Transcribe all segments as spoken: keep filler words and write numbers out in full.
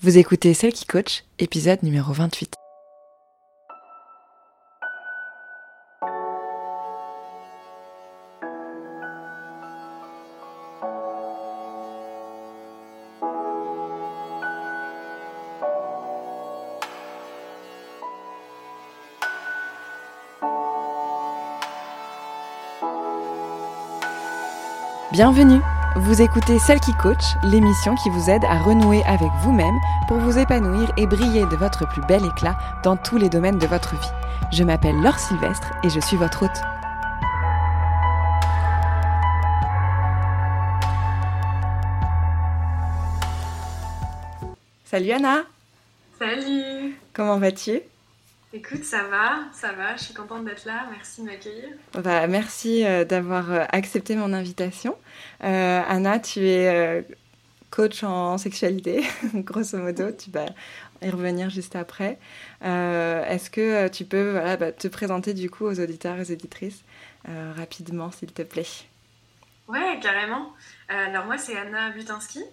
Vous écoutez Celle qui coach, épisode numéro vingt-huit. Bienvenue! Vous écoutez Celle qui coach, l'émission qui vous aide à renouer avec vous-même pour vous épanouir et briller de votre plus bel éclat dans tous les domaines de votre vie. Je m'appelle Laure Sylvestre et je suis votre hôte. Salut Anna! Salut! Comment vas-tu? Écoute, ça va, ça va, je suis contente d'être là, merci de m'accueillir. Bah, merci euh, d'avoir euh, accepté mon invitation. Euh, Anna, tu es euh, coach en sexualité, grosso modo, tu vas y revenir juste après. Euh, est-ce que tu peux voilà, bah, te présenter du coup aux auditeurs et aux auditrices euh, rapidement, s'il te plaît? Ouais, carrément. Euh, alors moi, c'est Anna Butinski,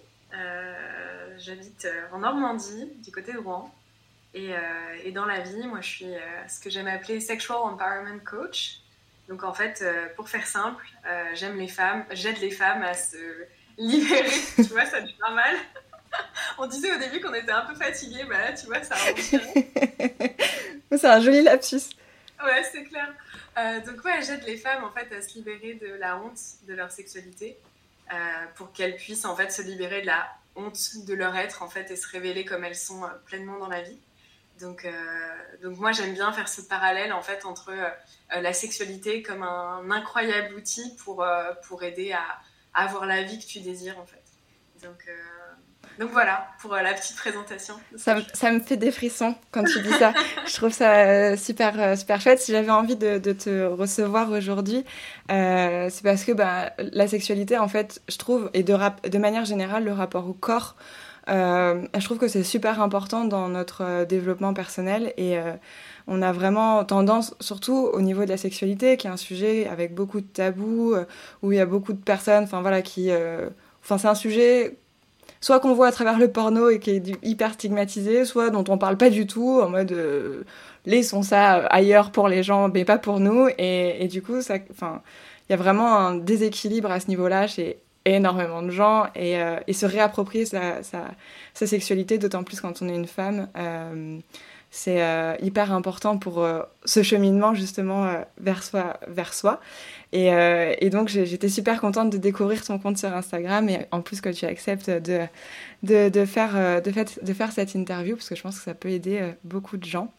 euh, j'habite en Normandie, du côté de Rouen. Et, euh, et dans la vie, moi, je suis euh, ce que j'aime appeler Sexual Empowerment Coach. Donc, en fait, euh, pour faire simple, euh, j'aime les femmes, j'aide les femmes à se libérer. Tu vois, ça devient pas mal. On disait au début qu'on était un peu fatigués. Bah là, tu vois, ça a empiré. C'est un joli lapsus. Ouais, c'est clair. Euh, donc, ouais, j'aide les femmes, en fait, à se libérer de la honte de leur sexualité euh, pour qu'elles puissent, en fait, se libérer de la honte de leur être, en fait, et se révéler comme elles sont euh, pleinement dans la vie. Donc, euh, donc moi, j'aime bien faire ce parallèle en fait entre euh, la sexualité comme un incroyable outil pour, euh, pour aider à, à avoir la vie que tu désires en fait. Donc, euh, donc voilà pour euh, la petite présentation. Ça, me, ça me fait des frissons quand tu dis ça. Je trouve ça euh, super, euh, super chouette. Si j'avais envie de, de te recevoir aujourd'hui, euh, c'est parce que bah, la sexualité en fait, je trouve, et de, rap- de manière générale, le rapport au corps, Euh, je trouve que c'est super important dans notre euh, développement personnel et euh, on a vraiment tendance, surtout au niveau de la sexualité, qui est un sujet avec beaucoup de tabous, euh, où il y a beaucoup de personnes, enfin voilà, qui, euh, enfin c'est un sujet soit qu'on voit à travers le porno et qui est du, hyper stigmatisé, soit dont on parle pas du tout, en mode euh, laissons ça ailleurs pour les gens, mais pas pour nous, et, et du coup, ça, enfin, il y a vraiment un déséquilibre à ce niveau-là chez énormément de gens et, euh, et se réapproprier sa, sa, sa sexualité, d'autant plus quand on est une femme, euh, c'est euh, hyper important pour euh, ce cheminement justement euh, vers soi, vers soi. Et, euh, et donc j'ai, j'étais super contente de découvrir ton compte sur Instagram et en plus que tu acceptes de, de, de, faire, euh, de, fait, de faire cette interview parce que je pense que ça peut aider euh, beaucoup de gens.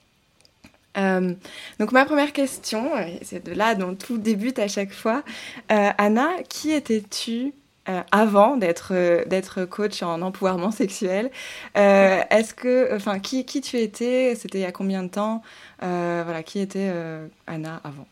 Euh, donc ma première question, c'est de là dont tout débute à chaque fois. Euh, Anna, qui étais-tu Euh, avant d'être euh, d'être coach en empouvoirment sexuel? Euh, est-ce que, enfin, qui qui tu étais? C'était il y a combien de temps? Euh, voilà, qui était euh, Anna avant?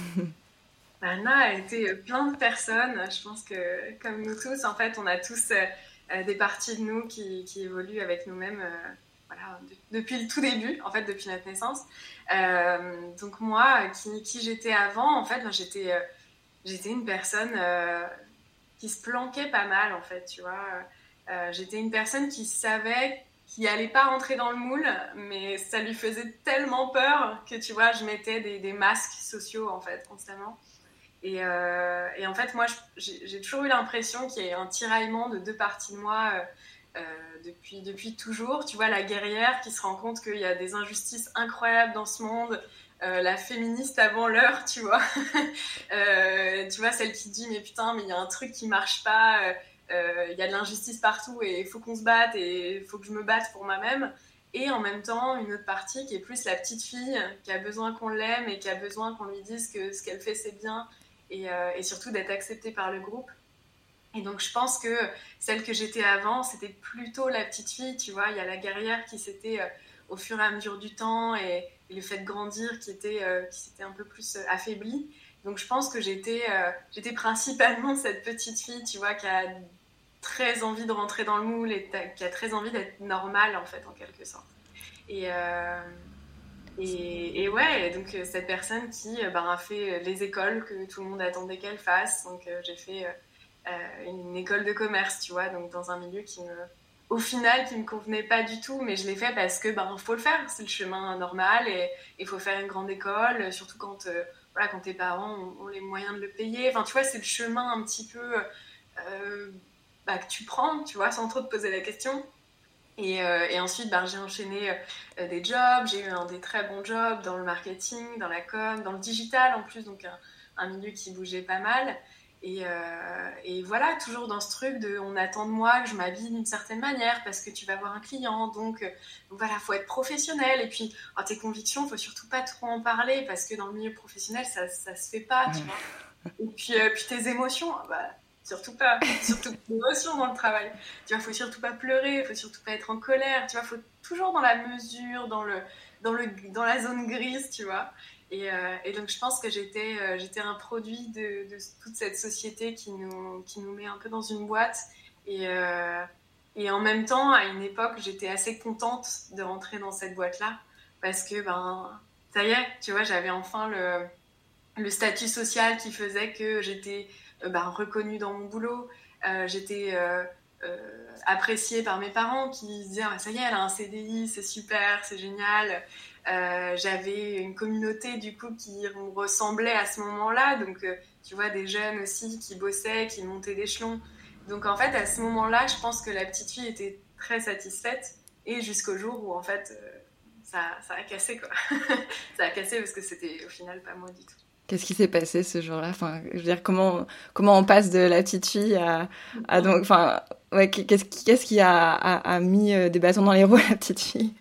Anna a été plein de personnes. Je pense que comme nous tous, en fait, on a tous euh, des parties de nous qui, qui évoluent avec nous-mêmes. Euh, voilà, de, depuis le tout début, en fait, depuis notre naissance. Euh, donc moi, qui, qui j'étais avant, en fait, ben, j'étais euh, j'étais une personne euh, qui se planquait pas mal en fait, tu vois. Euh, j'étais une personne qui savait qu'il allait pas rentrer dans le moule, mais ça lui faisait tellement peur que tu vois, je mettais des, des masques sociaux en fait constamment. Et, euh, et en fait, moi, j'ai, j'ai toujours eu l'impression qu'il y a un tiraillement de deux parties de moi euh, euh, depuis, depuis toujours. Tu vois, la guerrière qui se rend compte qu'il y a des injustices incroyables dans ce monde. Euh, la féministe avant l'heure, tu vois. euh, tu vois, celle qui dit, mais putain, mais il y a un truc qui marche pas, il euh, euh, y a de l'injustice partout et il faut qu'on se batte et il faut que je me batte pour moi-même. Et en même temps, une autre partie qui est plus la petite fille qui a besoin qu'on l'aime et qui a besoin qu'on lui dise que ce qu'elle fait, c'est bien et, euh, et surtout d'être acceptée par le groupe. Et donc, je pense que celle que j'étais avant, c'était plutôt la petite fille, tu vois. Il y a la guerrière qui s'était, euh, au fur et à mesure du temps, et, et le fait de grandir qui, était, euh, qui s'était un peu plus euh, affaiblie. Donc, je pense que j'étais, euh, j'étais principalement cette petite fille, tu vois, qui a très envie de rentrer dans le moule et qui a très envie d'être normale, en fait, en quelque sorte. Et... Euh, Et, et ouais, donc cette personne qui bah, a fait les écoles que tout le monde attendait qu'elle fasse. Donc euh, j'ai fait euh, une école de commerce, tu vois, donc dans un milieu qui me au final qui me convenait pas du tout, mais je l'ai fait parce que ben faut le faire, c'est le chemin normal et il faut faire une grande école, surtout quand euh, voilà, quand tes parents ont, ont les moyens de le payer. Enfin, tu vois, c'est le chemin un petit peu euh, bah, que tu prends, tu vois, sans trop te poser la question. Et, euh, et ensuite, ben, j'ai enchaîné euh, des jobs, j'ai eu un des très bons jobs dans le marketing, dans la com, dans le digital en plus, donc un, un milieu qui bougeait pas mal. Et, euh, et voilà, toujours dans ce truc de on attend de moi que je m'habille d'une certaine manière parce que tu vas voir un client, donc, euh, donc voilà, faut être professionnel. Et puis, oh, tes convictions, faut surtout pas trop en parler parce que dans le milieu professionnel, ça, ça se fait pas, tu vois. Et puis, euh, puis tes émotions, bah, surtout pas, surtout pas d'émotions dans le travail. Tu vois, faut surtout pas pleurer, faut surtout pas être en colère, tu vois, faut toujours dans la mesure, dans le, dans le, dans la zone grise, tu vois. Et, euh, et donc je pense que j'étais, euh, j'étais un produit de, de toute cette société qui nous, qui nous met un peu dans une boîte. Et, euh, et en même temps, à une époque, j'étais assez contente de rentrer dans cette boîte-là parce que ben, ça y est, tu vois, j'avais enfin le le statut social qui faisait que j'étais euh, bah, reconnue dans mon boulot, euh, j'étais euh, euh, appréciée par mes parents qui disaient ah, ça y est, elle a un C D I, c'est super, c'est génial. Euh, j'avais une communauté du coup qui me ressemblait à ce moment-là, donc euh, tu vois des jeunes aussi qui bossaient, qui montaient d'échelon. Donc en fait à ce moment-là, je pense que la petite fille était très satisfaite et jusqu'au jour où en fait euh, ça, ça a cassé quoi. Ça a cassé parce que c'était au final pas moi du tout. Qu'est-ce qui s'est passé ce jour-là? Enfin, je veux dire, comment, comment on passe de la petite fille à, à donc, enfin, ouais, qu'est-ce qui, qu'est-ce qui a, a, a mis des bâtons dans les roues à la petite fille?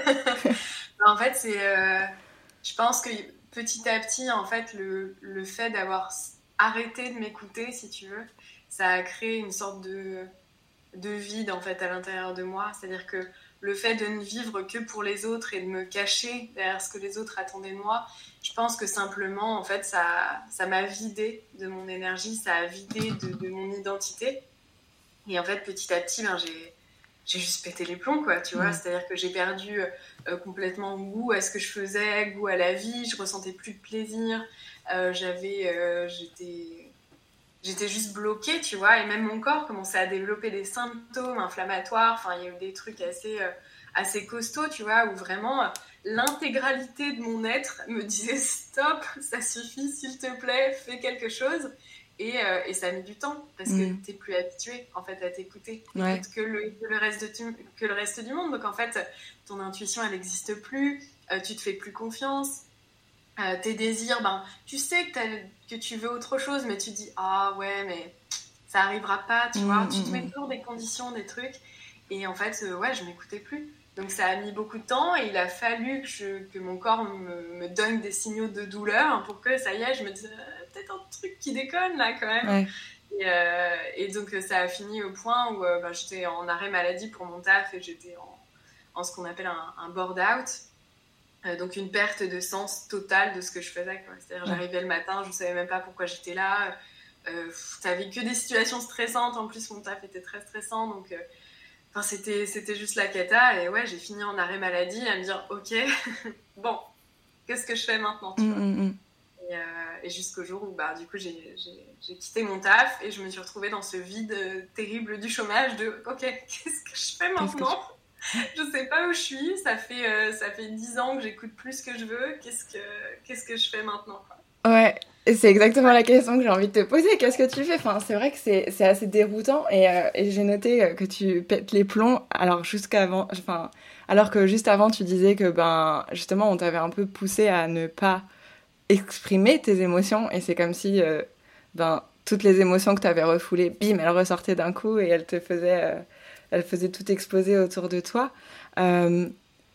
En fait, c'est, euh, je pense que petit à petit, en fait, le, le fait d'avoir arrêté de m'écouter, si tu veux, ça a créé une sorte de, de vide, en fait, à l'intérieur de moi. C'est-à-dire que le fait de ne vivre que pour les autres et de me cacher derrière ce que les autres attendaient de moi, je pense que simplement, en fait, ça, ça m'a vidé de mon énergie, ça a vidé de, de mon identité. Et en fait, petit à petit, ben, j'ai, j'ai juste pété les plombs, quoi, tu vois. Mmh. C'est-à-dire que j'ai perdu euh, complètement goût à ce que je faisais, goût à la vie, je ressentais plus de plaisir, euh, j'avais, euh, j'étais... J'étais juste bloquée, tu vois, et même mon corps commençait à développer des symptômes inflammatoires. Enfin, il y a eu des trucs assez, euh, assez costauds, tu vois, où vraiment euh, l'intégralité de mon être me disait stop, ça suffit, s'il te plaît, fais quelque chose. Et, euh, et ça a mis du temps parce que mmh. t'es plus habitué en fait à t'écouter, ouais. que le, que le reste de tu, que le reste du monde. Donc en fait, ton intuition elle n'existe plus, euh, tu te fais plus confiance. Euh, tes désirs, ben, tu sais que, que tu veux autre chose, mais tu dis ah ouais, mais ça arrivera pas, tu mmh, vois. Mmh. Tu te mets toujours des conditions, des trucs, et en fait, euh, ouais, je m'écoutais plus. Donc ça a mis beaucoup de temps, et il a fallu que, je, que mon corps me, me donne des signaux de douleur pour que ça y est, je me dise euh, peut-être un truc qui déconne là quand même. Ouais. Et, euh, et donc ça a fini au point où euh, ben, j'étais en arrêt maladie pour mon taf et j'étais en, en ce qu'on appelle un, un board-out. Donc une perte de sens totale de ce que je faisais, quoi. C'est-à-dire ouais. J'arrivais le matin, je ne savais même pas pourquoi j'étais là. Euh, t'avais que des situations stressantes. En plus, mon taf était très stressant. Donc euh, enfin, c'était, c'était juste la cata. Et ouais, j'ai fini en arrêt maladie à me dire, ok, bon, qu'est-ce que je fais maintenant, tu vois. Mm-hmm. Et, euh, et jusqu'au jour où, bah, du coup, j'ai, j'ai, j'ai quitté mon taf et je me suis retrouvée dans ce vide euh, terrible du chômage de, ok, qu'est-ce que je fais maintenant ? Je sais pas où je suis, ça fait, euh, ça fait dix ans que j'écoute plus ce que je veux, qu'est-ce que, qu'est-ce que je fais maintenant, quoi. Ouais, c'est exactement la question que j'ai envie de te poser, qu'est-ce que tu fais? Enfin, c'est vrai que c'est, c'est assez déroutant et, euh, et j'ai noté que tu pètes les plombs, alors, jusqu'avant, enfin, alors que juste avant tu disais que ben, justement on t'avait un peu poussé à ne pas exprimer tes émotions et c'est comme si euh, ben, toutes les émotions que tu avais refoulées, bim, elles ressortaient d'un coup et elles te faisaient... Euh, elle faisait tout exploser autour de toi. Euh,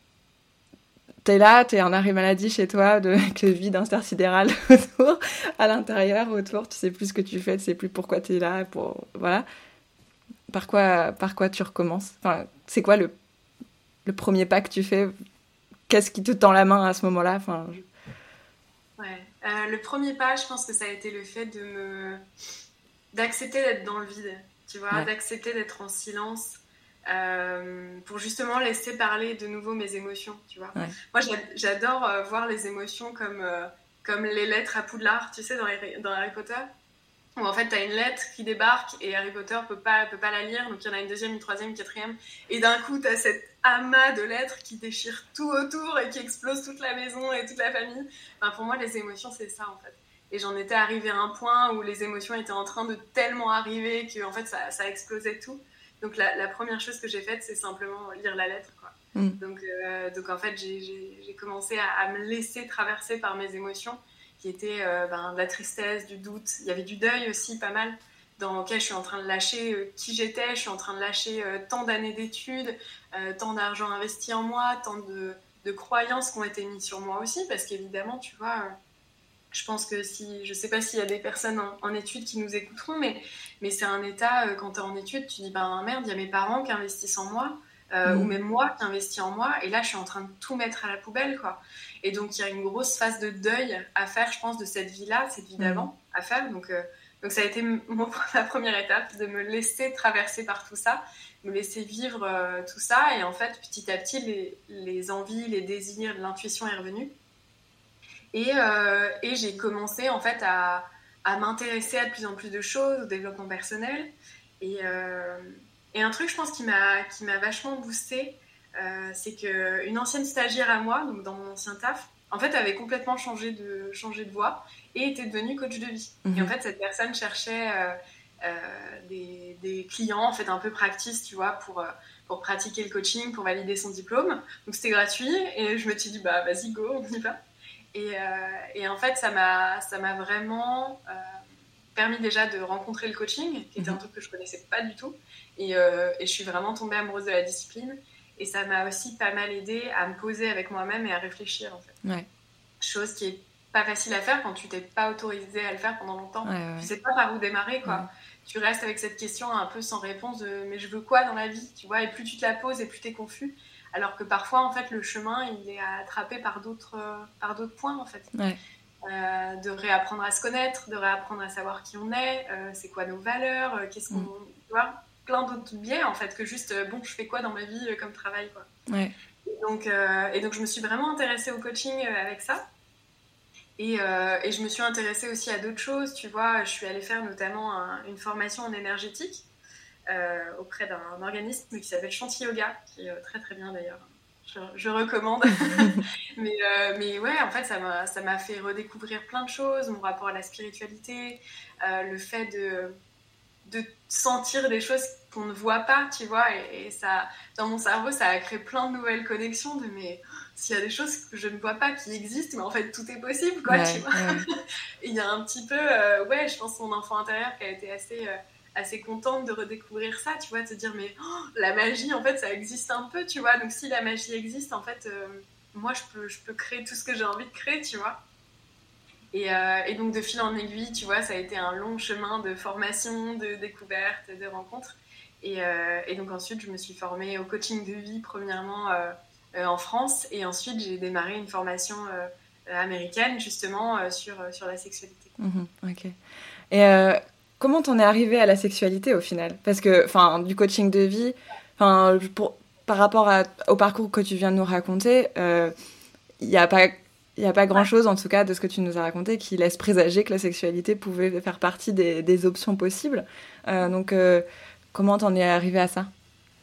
t'es là, t'es en arrêt maladie chez toi, de, avec le vide intersidéral autour, à l'intérieur, autour, tu sais plus ce que tu fais, tu sais plus pourquoi t'es là, pour, voilà. Par quoi, par quoi tu recommences? Enfin, c'est quoi le, le premier pas que tu fais? Qu'est-ce qui te tend la main à ce moment-là? Enfin, je... Ouais. Euh, le premier pas, je pense que ça a été le fait de me... d'accepter d'être dans le vide, tu vois, ouais. D'accepter d'être en silence. Euh, pour justement laisser parler de nouveau mes émotions, tu vois. Ouais. Moi, j'adore euh, voir les émotions comme, euh, comme les lettres à Poudlard, tu sais, dans Harry, dans Harry Potter. où en fait t'as une lettre qui débarque et Harry Potter peut pas, peut pas la lire, donc il y en a une deuxième, une troisième, une quatrième, et d'un coup t'as cet amas de lettres qui déchire tout autour et qui explose toute la maison et toute la famille. Enfin, pour moi, les émotions, c'est ça en fait. Et j'en étais arrivée à un point où les émotions étaient en train de tellement arriver que en fait ça, ça explosait tout. Donc la, la première chose que j'ai faite, c'est simplement lire la lettre, quoi. Mm. Donc, euh, donc en fait, j'ai, j'ai, j'ai commencé à, à me laisser traverser par mes émotions, qui étaient euh, ben, de la tristesse, du doute. Il y avait du deuil aussi, pas mal, dans lequel je suis en train de lâcher euh, qui j'étais, je suis en train de lâcher euh, tant d'années d'études, euh, tant d'argent investi en moi, tant de, de croyances qui ont été mises sur moi aussi, parce qu'évidemment, tu vois... Euh, je pense que si, je sais pas s'il y a des personnes en, en études qui nous écouteront, mais, mais c'est un état, euh, quand tu es en études, tu dis, ben merde, il y a mes parents qui investissent en moi, euh, mmh. ou même moi qui investis en moi, et là je suis en train de tout mettre à la poubelle, quoi. Et donc il y a une grosse phase de deuil à faire, je pense, de cette vie-là, cette vie d'avant mmh. à faire. Donc, euh, donc ça a été mon, ma première étape, de me laisser traverser par tout ça, me laisser vivre euh, tout ça, et en fait, petit à petit, les, les envies, les désirs, l'intuition est revenue. Et, euh, et j'ai commencé en fait à, à m'intéresser à de plus en plus de choses, au développement personnel. Et, euh, et un truc, je pense, qui m'a, qui m'a vachement boostée, euh, c'est qu'une ancienne stagiaire à moi, donc dans mon ancien taf, en fait, avait complètement changé de, changé de voie et était devenue coach de vie. Mmh. Et en fait, cette personne cherchait euh, euh, des, des clients, en fait, un peu practice, tu vois, pour... Euh, pour pratiquer le coaching, pour valider son diplôme. Donc, c'était gratuit. Et je me suis dit, bah, vas-y, go, on y va. Et, euh, et en fait, ça m'a, ça m'a vraiment euh, permis déjà de rencontrer le coaching, qui était un truc que je ne connaissais pas du tout. Et, euh, et je suis vraiment tombée amoureuse de la discipline. Et ça m'a aussi pas mal aidée à me poser avec moi-même et à réfléchir, en fait. Ouais. Chose qui n'est pas facile à faire quand tu t'es pas autorisée à le faire pendant longtemps. Ouais, ouais. Tu sais pas par où démarrer, quoi. Ouais. Tu restes avec cette question un peu sans réponse de « mais je veux quoi dans la vie ?» tu vois, et plus tu te la poses et plus tu es confus. Alors que parfois, en fait, le chemin, il est attrapé par d'autres, euh, par d'autres points, en fait. Ouais. Euh, de réapprendre à se connaître, de réapprendre à savoir qui on est, euh, c'est quoi nos valeurs, euh, qu'est-ce qu'on... Mm. Tu vois, plein d'autres biais, en fait, que juste, euh, bon, je fais quoi dans ma vie euh, comme travail, quoi. Ouais. Et donc, euh, et donc, je me suis vraiment intéressée au coaching euh, avec ça. Et, euh, et je me suis intéressée aussi à d'autres choses, tu vois. Je suis allée faire notamment un, une formation en énergétique euh, auprès d'un organisme qui s'appelle Shanti Yoga, qui est euh, très très bien d'ailleurs. Je, je recommande. mais, euh, mais ouais, en fait, ça m'a, ça m'a fait redécouvrir plein de choses, mon rapport à la spiritualité, euh, le fait de, de sentir des choses qu'on ne voit pas, tu vois. Et, et ça, dans mon cerveau, ça a créé plein de nouvelles connexions de mais s'il y a des choses que je ne vois pas qui existent, mais en fait, tout est possible, quoi, ouais, tu vois. Ouais. Et il y a un petit peu, euh, ouais, je pense mon enfant intérieur qui a été assez... Euh, assez contente de redécouvrir ça, tu vois, de se dire mais oh, la magie en fait ça existe un peu, tu vois, donc si la magie existe en fait euh, moi je peux, je peux créer tout ce que j'ai envie de créer, tu vois. Et, euh, et donc de fil en aiguille, tu vois, ça a été un long chemin de formation, de découverte, de rencontres. Et, euh, et donc ensuite je me suis formée au coaching de vie premièrement euh, euh, en France, et ensuite j'ai démarré une formation euh, américaine justement euh, sur, sur la sexualité. Mmh, ok. Et euh... comment t'en es arrivée à la sexualité au final ? Parce que, enfin, du coaching de vie, enfin, pour par rapport à, au parcours que tu viens de nous raconter, il euh, n'y a pas, il y a pas grand-chose, en tout cas, de ce que tu nous as raconté, qui laisse présager que la sexualité pouvait faire partie des, des options possibles. Euh, donc, euh, comment t'en es arrivée à ça ?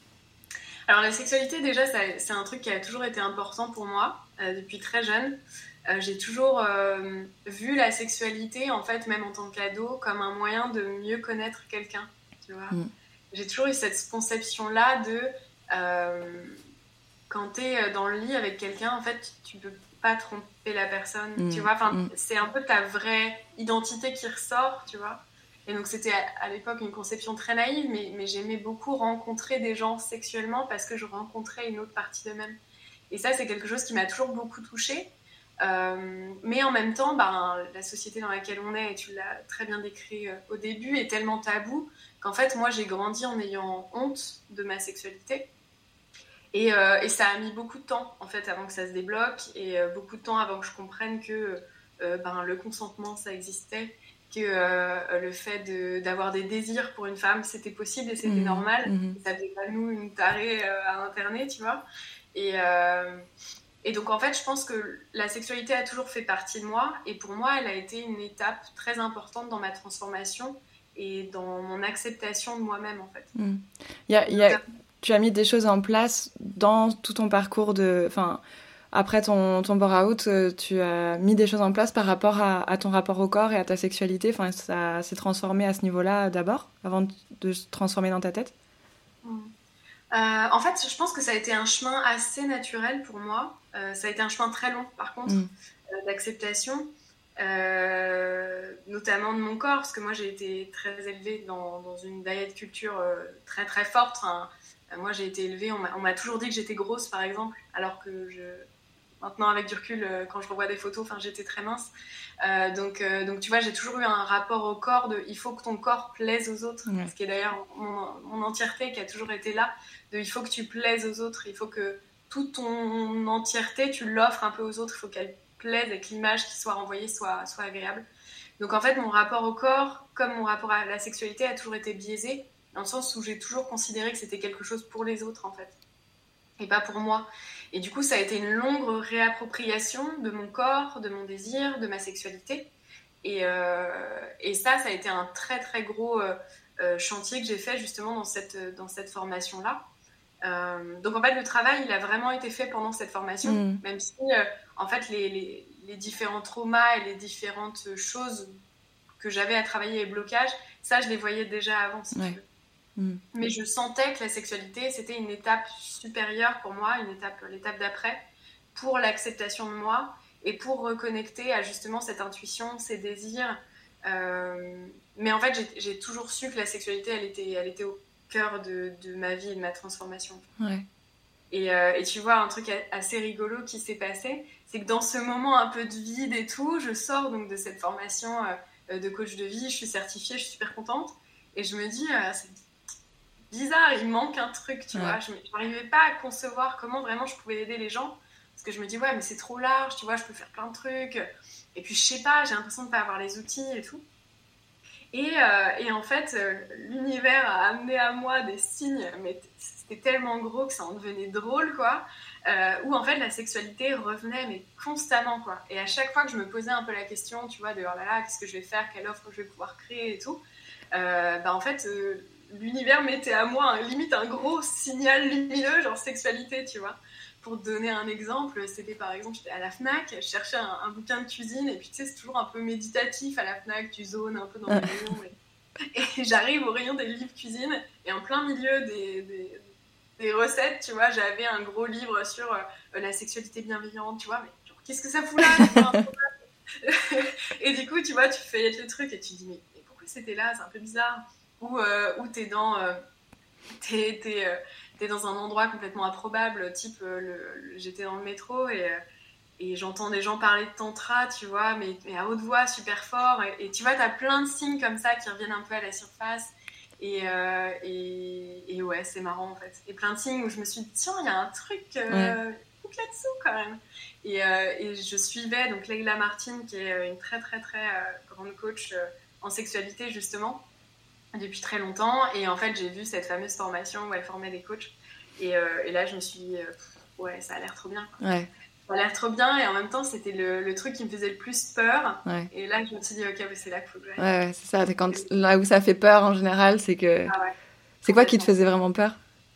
Alors, la sexualité, déjà, ça, c'est un truc qui a toujours été important pour moi, euh, depuis très jeune. Euh, j'ai toujours euh, vu la sexualité, en fait, même en tant qu'ado, comme un moyen de mieux connaître quelqu'un, tu vois. Mm. J'ai toujours eu cette conception-là de... Euh, quand t'es dans le lit avec quelqu'un, en fait, tu peux pas tromper la personne, mm. tu vois. Enfin, mm. c'est un peu ta vraie identité qui ressort, tu vois. Et donc, c'était à, à l'époque une conception très naïve, mais, mais j'aimais beaucoup rencontrer des gens sexuellement parce que je rencontrais une autre partie d'eux-mêmes. Et ça, c'est quelque chose qui m'a toujours beaucoup touchée. Euh, mais en même temps, ben, la société dans laquelle on est, et tu l'as très bien décrit euh, au début, est tellement tabou qu'en fait, moi, j'ai grandi en ayant honte de ma sexualité. Et, euh, et ça a mis beaucoup de temps, en fait, avant que ça se débloque, et euh, beaucoup de temps avant que je comprenne que euh, ben, le consentement, ça existait, que euh, le fait de, d'avoir des désirs pour une femme, c'était possible et c'était mmh, normal. Mmh. Et ça faisait pas nous une tarée euh, à interner, tu vois. Et... Euh, Et donc, en fait, je pense que la sexualité a toujours fait partie de moi. Et pour moi, elle a été une étape très importante dans ma transformation et dans mon acceptation de moi-même, en fait. Mmh. Y a, y a, tu as mis des choses en place dans tout ton parcours de... Enfin, après ton, ton bore-out, tu as mis des choses en place par rapport à, à ton rapport au corps et à ta sexualité. Enfin, ça s'est transformé à ce niveau-là d'abord, avant de se transformer dans ta tête. Mmh. Euh, en fait, je pense que ça a été un chemin assez naturel pour moi. Euh, ça a été un chemin très long, par contre, mmh. euh, d'acceptation, euh, notamment de mon corps, parce que moi, j'ai été très élevée dans, dans une diet culture euh, très, très forte. Enfin, euh, moi, j'ai été élevée, on m'a, on m'a toujours dit que j'étais grosse, par exemple, alors que je... Maintenant, avec du recul, euh, quand je revois des photos, enfin, j'étais très mince. Euh, donc, euh, donc, tu vois, j'ai toujours eu un rapport au corps de il faut que ton corps plaise aux autres. Ouais. Ce qui est d'ailleurs mon, mon entièreté qui a toujours été là. De il faut que tu plaises aux autres. Il faut que toute ton entièreté, tu l'offres un peu aux autres. Il faut qu'elle plaise et que l'image qui soit renvoyée soit, soit agréable. Donc, en fait, mon rapport au corps, comme mon rapport à la sexualité, a toujours été biaisé. Dans le sens où j'ai toujours considéré que c'était quelque chose pour les autres, en fait. Et pas pour moi. Et du coup, ça a été une longue réappropriation de mon corps, de mon désir, de ma sexualité. Et, euh, et ça, ça a été un très, très gros euh, chantier que j'ai fait justement dans cette, dans cette formation-là. Euh, donc, en fait, le travail, il a vraiment été fait pendant cette formation, mmh. même si, euh, en fait, les, les, les différents traumas et les différentes choses que j'avais à travailler et blocages, ça, je les voyais déjà avant, si ouais. tu veux. Mais je sentais que la sexualité, c'était une étape supérieure pour moi, une étape, l'étape d'après, pour l'acceptation de moi et pour reconnecter à justement cette intuition, ces désirs. Euh, mais en fait, j'ai, j'ai toujours su que la sexualité, elle était, elle était au cœur de, de ma vie et de ma transformation. Ouais. Et, euh, et tu vois, un truc assez rigolo qui s'est passé, c'est que dans ce moment un peu de vide et tout, je sors donc de cette formation euh, de coach de vie, je suis certifiée, je suis super contente. Et je me dis, euh, c'est bizarre, il manque un truc, tu ouais. vois. Je n'arrivais pas à concevoir comment vraiment je pouvais aider les gens. Parce que je me dis, ouais, mais c'est trop large, tu vois, je peux faire plein de trucs. Et puis, je sais pas, j'ai l'impression de ne pas avoir les outils et tout. Et, euh, et en fait, euh, l'univers a amené à moi des signes, mais c'était tellement gros que ça en devenait drôle, quoi. Euh, où en fait, la sexualité revenait, mais constamment, quoi. Et à chaque fois que je me posais un peu la question, tu vois, de oh là là, qu'est-ce que je vais faire, quelle offre je vais pouvoir créer et tout, euh, bah en fait, euh, l'univers mettait à moi un, limite un gros signal lumineux, genre sexualité, tu vois. Pour te donner un exemple, c'était par exemple, j'étais à la Fnac, je cherchais un, un bouquin de cuisine, et puis tu sais, c'est toujours un peu méditatif à la Fnac, tu zones un peu dans les rayons. Et, et j'arrive au rayon des livres cuisine, et en plein milieu des, des, des recettes, tu vois, j'avais un gros livre sur euh, la sexualité bienveillante, tu vois, mais genre, qu'est-ce que ça fout là? Et du coup, tu vois, tu fais le truc, et tu te dis, mais, mais pourquoi c'était là? C'est un peu bizarre. Ou euh, où t'es dans... Euh, t'es, t'es, euh, t'es dans un endroit complètement improbable, type euh, le, le, j'étais dans le métro et, euh, et j'entends des gens parler de tantra, tu vois, mais, mais à haute voix, super fort, et, et tu vois, t'as plein de signes comme ça qui reviennent un peu à la surface, et, euh, et, et ouais, c'est marrant en fait, et plein de signes où je me suis dit, tiens, il y a un truc, euh, ouais. truc là-dessous quand même, et, euh, et je suivais donc Leila Martin, qui est une très très très euh, grande coach euh, en sexualité justement, depuis très longtemps, et en fait j'ai vu cette fameuse formation où elle formait des coachs, et, euh, et là je me suis dit euh, ouais, ça a l'air trop bien, quoi. Ouais. Ça a l'air trop bien, et en même temps c'était le, le truc qui me faisait le plus peur, ouais. Et là je me suis dit ok, c'est là qu'il faut que j'aille. Ouais, ouais, c'est ça, quand, là où ça fait peur en général, c'est que ah ouais. C'est quoi qui te faisait vraiment peur?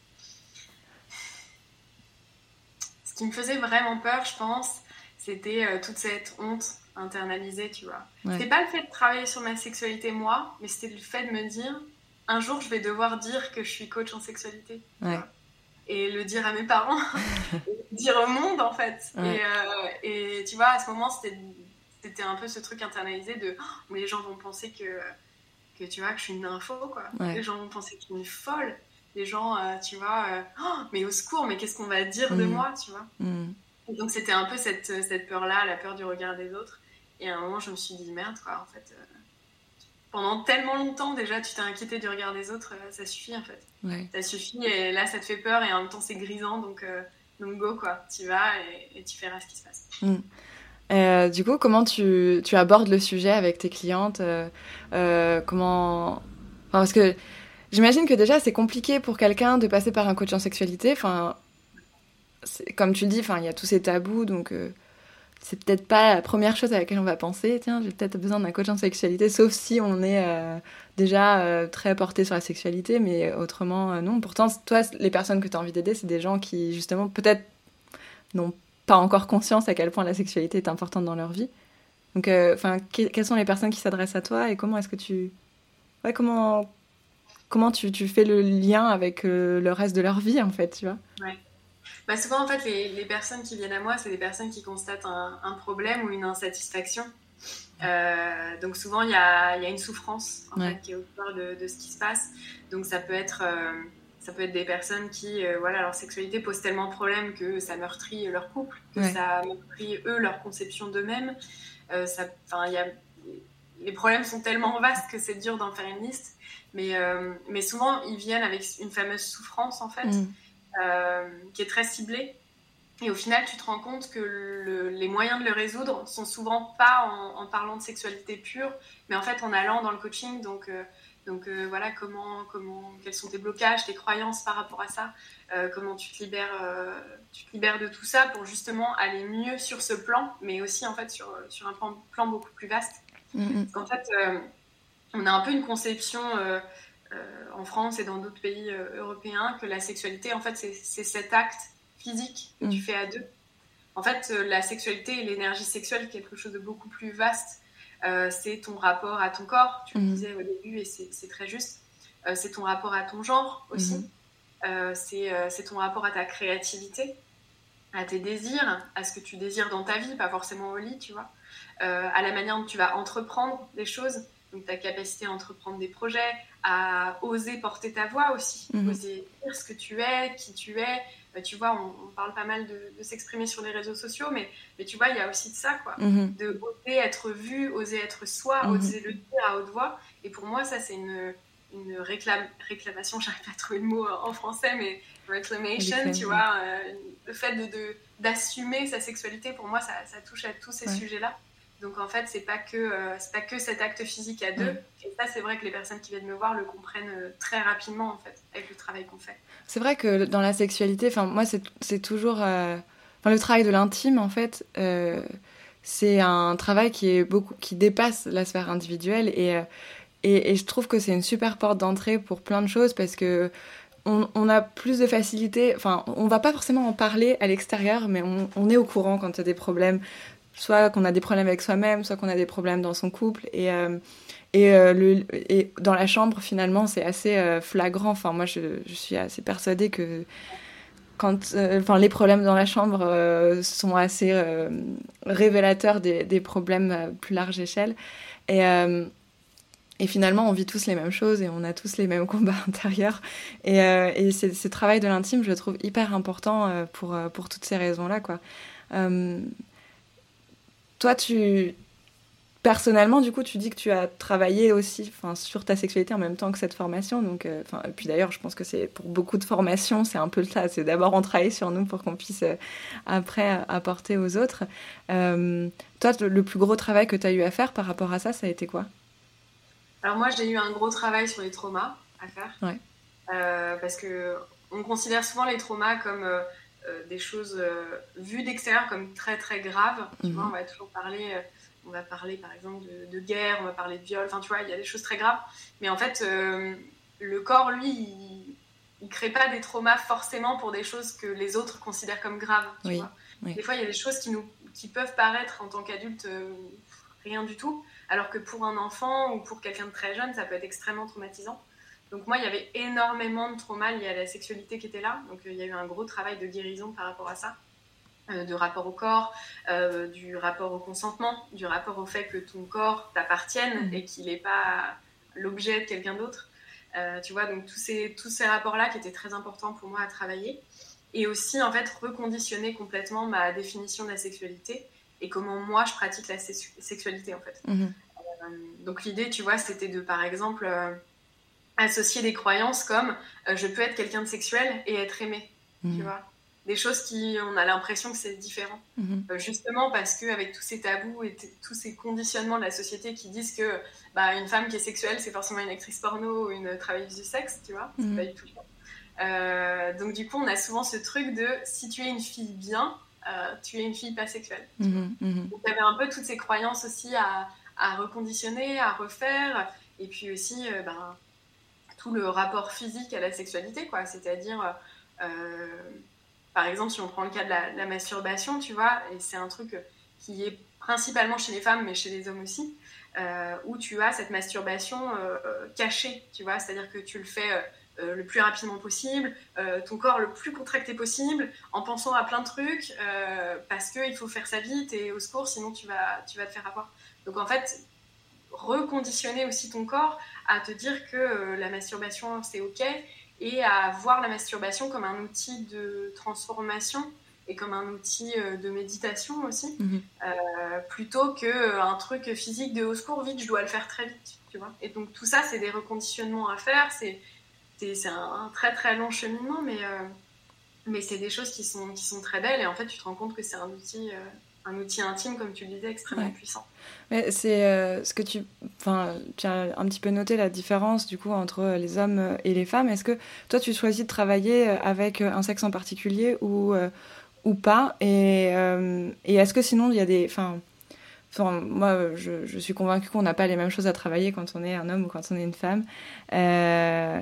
Ce qui me faisait vraiment peur, je pense, c'était euh, toute cette honte internalisée, tu vois. Ouais. C'était pas le fait de travailler sur ma sexualité moi, mais c'était le fait de me dire un jour je vais devoir dire que je suis coach en sexualité, ouais. Et le dire à mes parents, et le dire au monde en fait. Ouais. Et, euh, et tu vois, à ce moment c'était, c'était un peu ce truc internalisé de oh, les gens vont penser que, que tu vois que je suis une nympho, quoi. Ouais. Les gens vont penser que je suis une folle. Les gens, euh, tu vois, euh, oh, mais au secours, mais qu'est-ce qu'on va dire mmh. de moi, tu vois. Mmh. Et donc c'était un peu cette, cette peur-là, la peur du regard des autres. Et à un moment, je me suis dit, merde, quoi, en fait, euh, pendant tellement longtemps, déjà, tu t'es inquiété du regard des autres, euh, ça suffit, en fait. Ouais. Ça suffit, et là, ça te fait peur, et en même temps, c'est grisant, donc, euh, donc go, quoi. Tu vas, et, et tu verras ce qui se passe. Mmh. Euh, du coup, comment tu, tu abordes le sujet avec tes clientes euh, euh, comment... Enfin, parce que j'imagine que déjà, c'est compliqué pour quelqu'un de passer par un coach en sexualité. Enfin, c'est, comme tu le dis, enfin, il y a tous ces tabous, donc euh, c'est peut-être pas la première chose à laquelle on va penser. Tiens, j'ai peut-être besoin d'un coach en sexualité, sauf si on est euh, déjà euh, très porté sur la sexualité, mais autrement, euh, non. Pourtant, toi, les personnes que tu as envie d'aider, c'est des gens qui, justement, peut-être n'ont pas encore conscience à quel point la sexualité est importante dans leur vie. Donc, enfin, euh, que, quelles sont les personnes qui s'adressent à toi et comment est-ce que tu... Ouais, comment... Comment tu, tu fais le lien avec euh, le reste de leur vie, en fait, tu vois? Ouais. Bah souvent, en fait, les, les personnes qui viennent à moi, c'est des personnes qui constatent un, un problème ou une insatisfaction. Euh, donc souvent, il y a, y a une souffrance en ouais. fait, qui est au cœur de, de ce qui se passe. Donc ça peut être, euh, ça peut être des personnes qui, euh, voilà, leur sexualité pose tellement de problèmes que ça meurtrit leur couple, que ouais. ça meurtrit eux, leur conception d'eux-mêmes. Euh, ça, y a, les problèmes sont tellement vastes que c'est dur d'en faire une liste. Mais, euh, mais souvent, ils viennent avec une fameuse souffrance, en fait, mmh. euh, qui est très ciblée. Et au final, tu te rends compte que le, les moyens de le résoudre sont souvent pas en, en parlant de sexualité pure, mais en fait en allant dans le coaching. Donc, euh, donc euh, voilà, comment, comment, quels sont tes blocages, tes croyances par rapport à ça, euh, comment tu te libères, euh, tu te libères de tout ça pour justement aller mieux sur ce plan, mais aussi en fait sur, sur un plan, plan beaucoup plus vaste. Mmh. Parce qu'en fait, euh, on a un peu une conception euh, euh, en France et dans d'autres pays euh, européens que la sexualité, en fait, c'est, c'est cet acte physique que mmh. tu fais à deux. En fait, euh, la sexualité et l'énergie sexuelle, quelque chose de beaucoup plus vaste. Euh, c'est ton rapport à ton corps, tu mmh. le disais au début, et c'est, c'est très juste. Euh, c'est ton rapport à ton genre aussi. Mmh. Euh, c'est, euh, c'est ton rapport à ta créativité, à tes désirs, à ce que tu désires dans ta vie, pas forcément au lit, tu vois. Euh, à la manière dont tu vas entreprendre des choses. Donc ta capacité à entreprendre des projets, à oser porter ta voix aussi, mmh. oser dire ce que tu es, qui tu es. Euh, tu vois, on, on parle pas mal de, de s'exprimer sur les réseaux sociaux, mais, mais tu vois, il y a aussi de ça, quoi. Mmh. De oser être vu, oser être soi, mmh. oser le dire à haute voix. Et pour moi, ça, c'est une, une réclame, réclamation, j'arrive pas à trouver le mot en français, mais reclamation, Reclaim, tu vois. Euh, le fait de, de, d'assumer sa sexualité, pour moi, ça, ça touche à tous ces ouais. sujets-là. Donc en fait, c'est pas que euh, c'est pas que cet acte physique à deux. Ouais. Et ça, c'est vrai que les personnes qui viennent me voir le comprennent euh, très rapidement en fait avec le travail qu'on fait. C'est vrai que dans la sexualité, enfin moi c'est c'est toujours, euh, enfin le travail de l'intime en fait, euh, c'est un travail qui est beaucoup qui dépasse la sphère individuelle et euh, et, et je trouve que c'est une super porte d'entrée pour plein de choses parce que on, on a plus de facilité. Enfin, on va pas forcément en parler à l'extérieur, mais on, on est au courant quand il y a des problèmes. Soit qu'on a des problèmes avec soi-même, soit qu'on a des problèmes dans son couple. Et, euh, et, euh, le, et dans la chambre, finalement, c'est assez euh, flagrant. Enfin, moi, je, je suis assez persuadée que quand, euh, enfin, les problèmes dans la chambre euh, sont assez euh, révélateurs des, des problèmes à plus large échelle. Et, euh, et finalement, on vit tous les mêmes choses et on a tous les mêmes combats intérieurs. Et, euh, et c'est, ce travail de l'intime, je le trouve hyper important euh, pour, pour toutes ces raisons-là, quoi. Euh, Toi, tu personnellement, du coup, tu dis que tu as travaillé aussi, enfin, sur ta sexualité en même temps que cette formation. Donc, euh, et puis d'ailleurs, je pense que c'est pour beaucoup de formations, c'est un peu le cas. C'est d'abord on travaille sur nous pour qu'on puisse euh, après apporter aux autres. Euh, toi, le plus gros travail que tu as eu à faire par rapport à ça, ça a été quoi? Alors moi, j'ai eu un gros travail sur les traumas à faire, ouais. euh, parce que on considère souvent les traumas comme euh, Euh, des choses euh, vues d'extérieur comme très très graves. Tu mmh. vois, on va toujours parler, euh, on va parler par exemple de, de guerre, on va parler de viol. Enfin, tu vois, il y a des choses très graves. Mais en fait, euh, le corps, lui, il, il crée pas des traumas forcément pour des choses que les autres considèrent comme graves. Tu oui. vois. Oui. Des fois, il y a des choses qui nous, qui peuvent paraître en tant qu'adulte euh, rien du tout, alors que pour un enfant ou pour quelqu'un de très jeune, ça peut être extrêmement traumatisant. Donc moi, il y avait énormément de traumas liés à la sexualité qui étaient là. Donc euh, il y a eu un gros travail de guérison par rapport à ça, euh, de rapport au corps, euh, du rapport au consentement, du rapport au fait que ton corps t'appartienne mmh. et qu'il n'est pas l'objet de quelqu'un d'autre. Euh, tu vois, donc tous ces, tous ces rapports-là qui étaient très importants pour moi à travailler. Et aussi, en fait, reconditionner complètement ma définition de la sexualité et comment moi, je pratique la sex- sexualité, en fait. Mmh. Euh, donc l'idée, tu vois, c'était de, par exemple... Euh, associer des croyances comme euh, je peux être quelqu'un de sexuel et être aimé, mmh. tu vois, des choses qui on a l'impression que c'est différent, mmh. euh, justement parce qu'avec tous ces tabous et t- tous ces conditionnements de la société qui disent que bah, une femme qui est sexuelle c'est forcément une actrice porno ou une travailleuse du sexe, tu vois, c'est mmh. pas du tout le cas. Euh, donc du coup, on a souvent ce truc de si tu es une fille bien, euh, tu es une fille pas sexuelle. Mmh, mmh. Donc il y avait un peu toutes ces croyances aussi à, à reconditionner, à refaire, et puis aussi euh, ben, tout le rapport physique à la sexualité, quoi. C'est-à-dire, euh, par exemple, si on prend le cas de la, la masturbation, tu vois, et c'est un truc qui est principalement chez les femmes, mais chez les hommes aussi, euh, où tu as cette masturbation euh, cachée, tu vois, c'est-à-dire que tu le fais euh, le plus rapidement possible, euh, ton corps le plus contracté possible, en pensant à plein de trucs, euh, parce qu'il faut faire ça vite et au secours, sinon tu vas, tu vas te faire avoir. Donc en fait, reconditionner aussi ton corps à te dire que euh, la masturbation c'est ok, et à voir la masturbation comme un outil de transformation et comme un outil euh, de méditation aussi, Mmh. euh, plutôt qu'un truc physique de au secours, vite, je dois le faire très vite, tu vois. Et donc tout ça, c'est des reconditionnements à faire, c'est, c'est, c'est un, un très très long cheminement, mais, euh, mais c'est des choses qui sont, qui sont très belles, et en fait tu te rends compte que c'est un outil, euh, un outil intime, comme tu le disais, extrêmement Ouais. puissant. Mais c'est euh, ce que tu... Enfin, tu as un petit peu noté la différence, du coup, entre les hommes et les femmes. Est-ce que toi, tu choisis de travailler avec un sexe en particulier ou, euh, ou pas? Et, euh, et est-ce que sinon, il y a des... Enfin, enfin moi, je, je suis convaincue qu'on n'a pas les mêmes choses à travailler quand on est un homme ou quand on est une femme. Euh,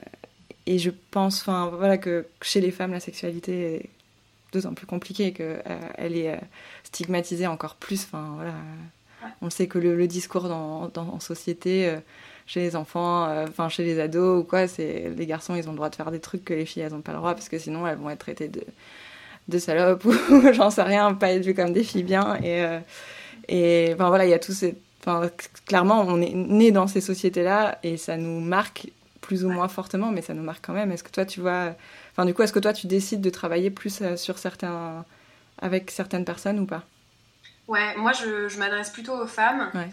et je pense, enfin, voilà, que chez les femmes, la sexualité est d'autant plus compliquée, qu'elle euh, est euh, stigmatisée encore plus. Enfin, voilà... On sait que le, le discours dans, dans, en société, euh, chez les enfants, enfin euh, chez les ados ou quoi, c'est les garçons, ils ont le droit de faire des trucs que les filles, elles n'ont pas le droit, parce que sinon, elles vont être traitées de, de salopes ou j'en sais rien, pas être vues comme des filles bien. Et, euh, et enfin voilà, il y a tous ces... Enfin, clairement, on est né dans ces sociétés-là et ça nous marque plus ou moins fortement, mais ça nous marque quand même. Est-ce que toi, tu vois... Enfin, du coup, est-ce que toi, tu décides de travailler plus sur certains... avec certaines personnes ou pas? Ouais, moi je, je m'adresse plutôt aux femmes. Ouais.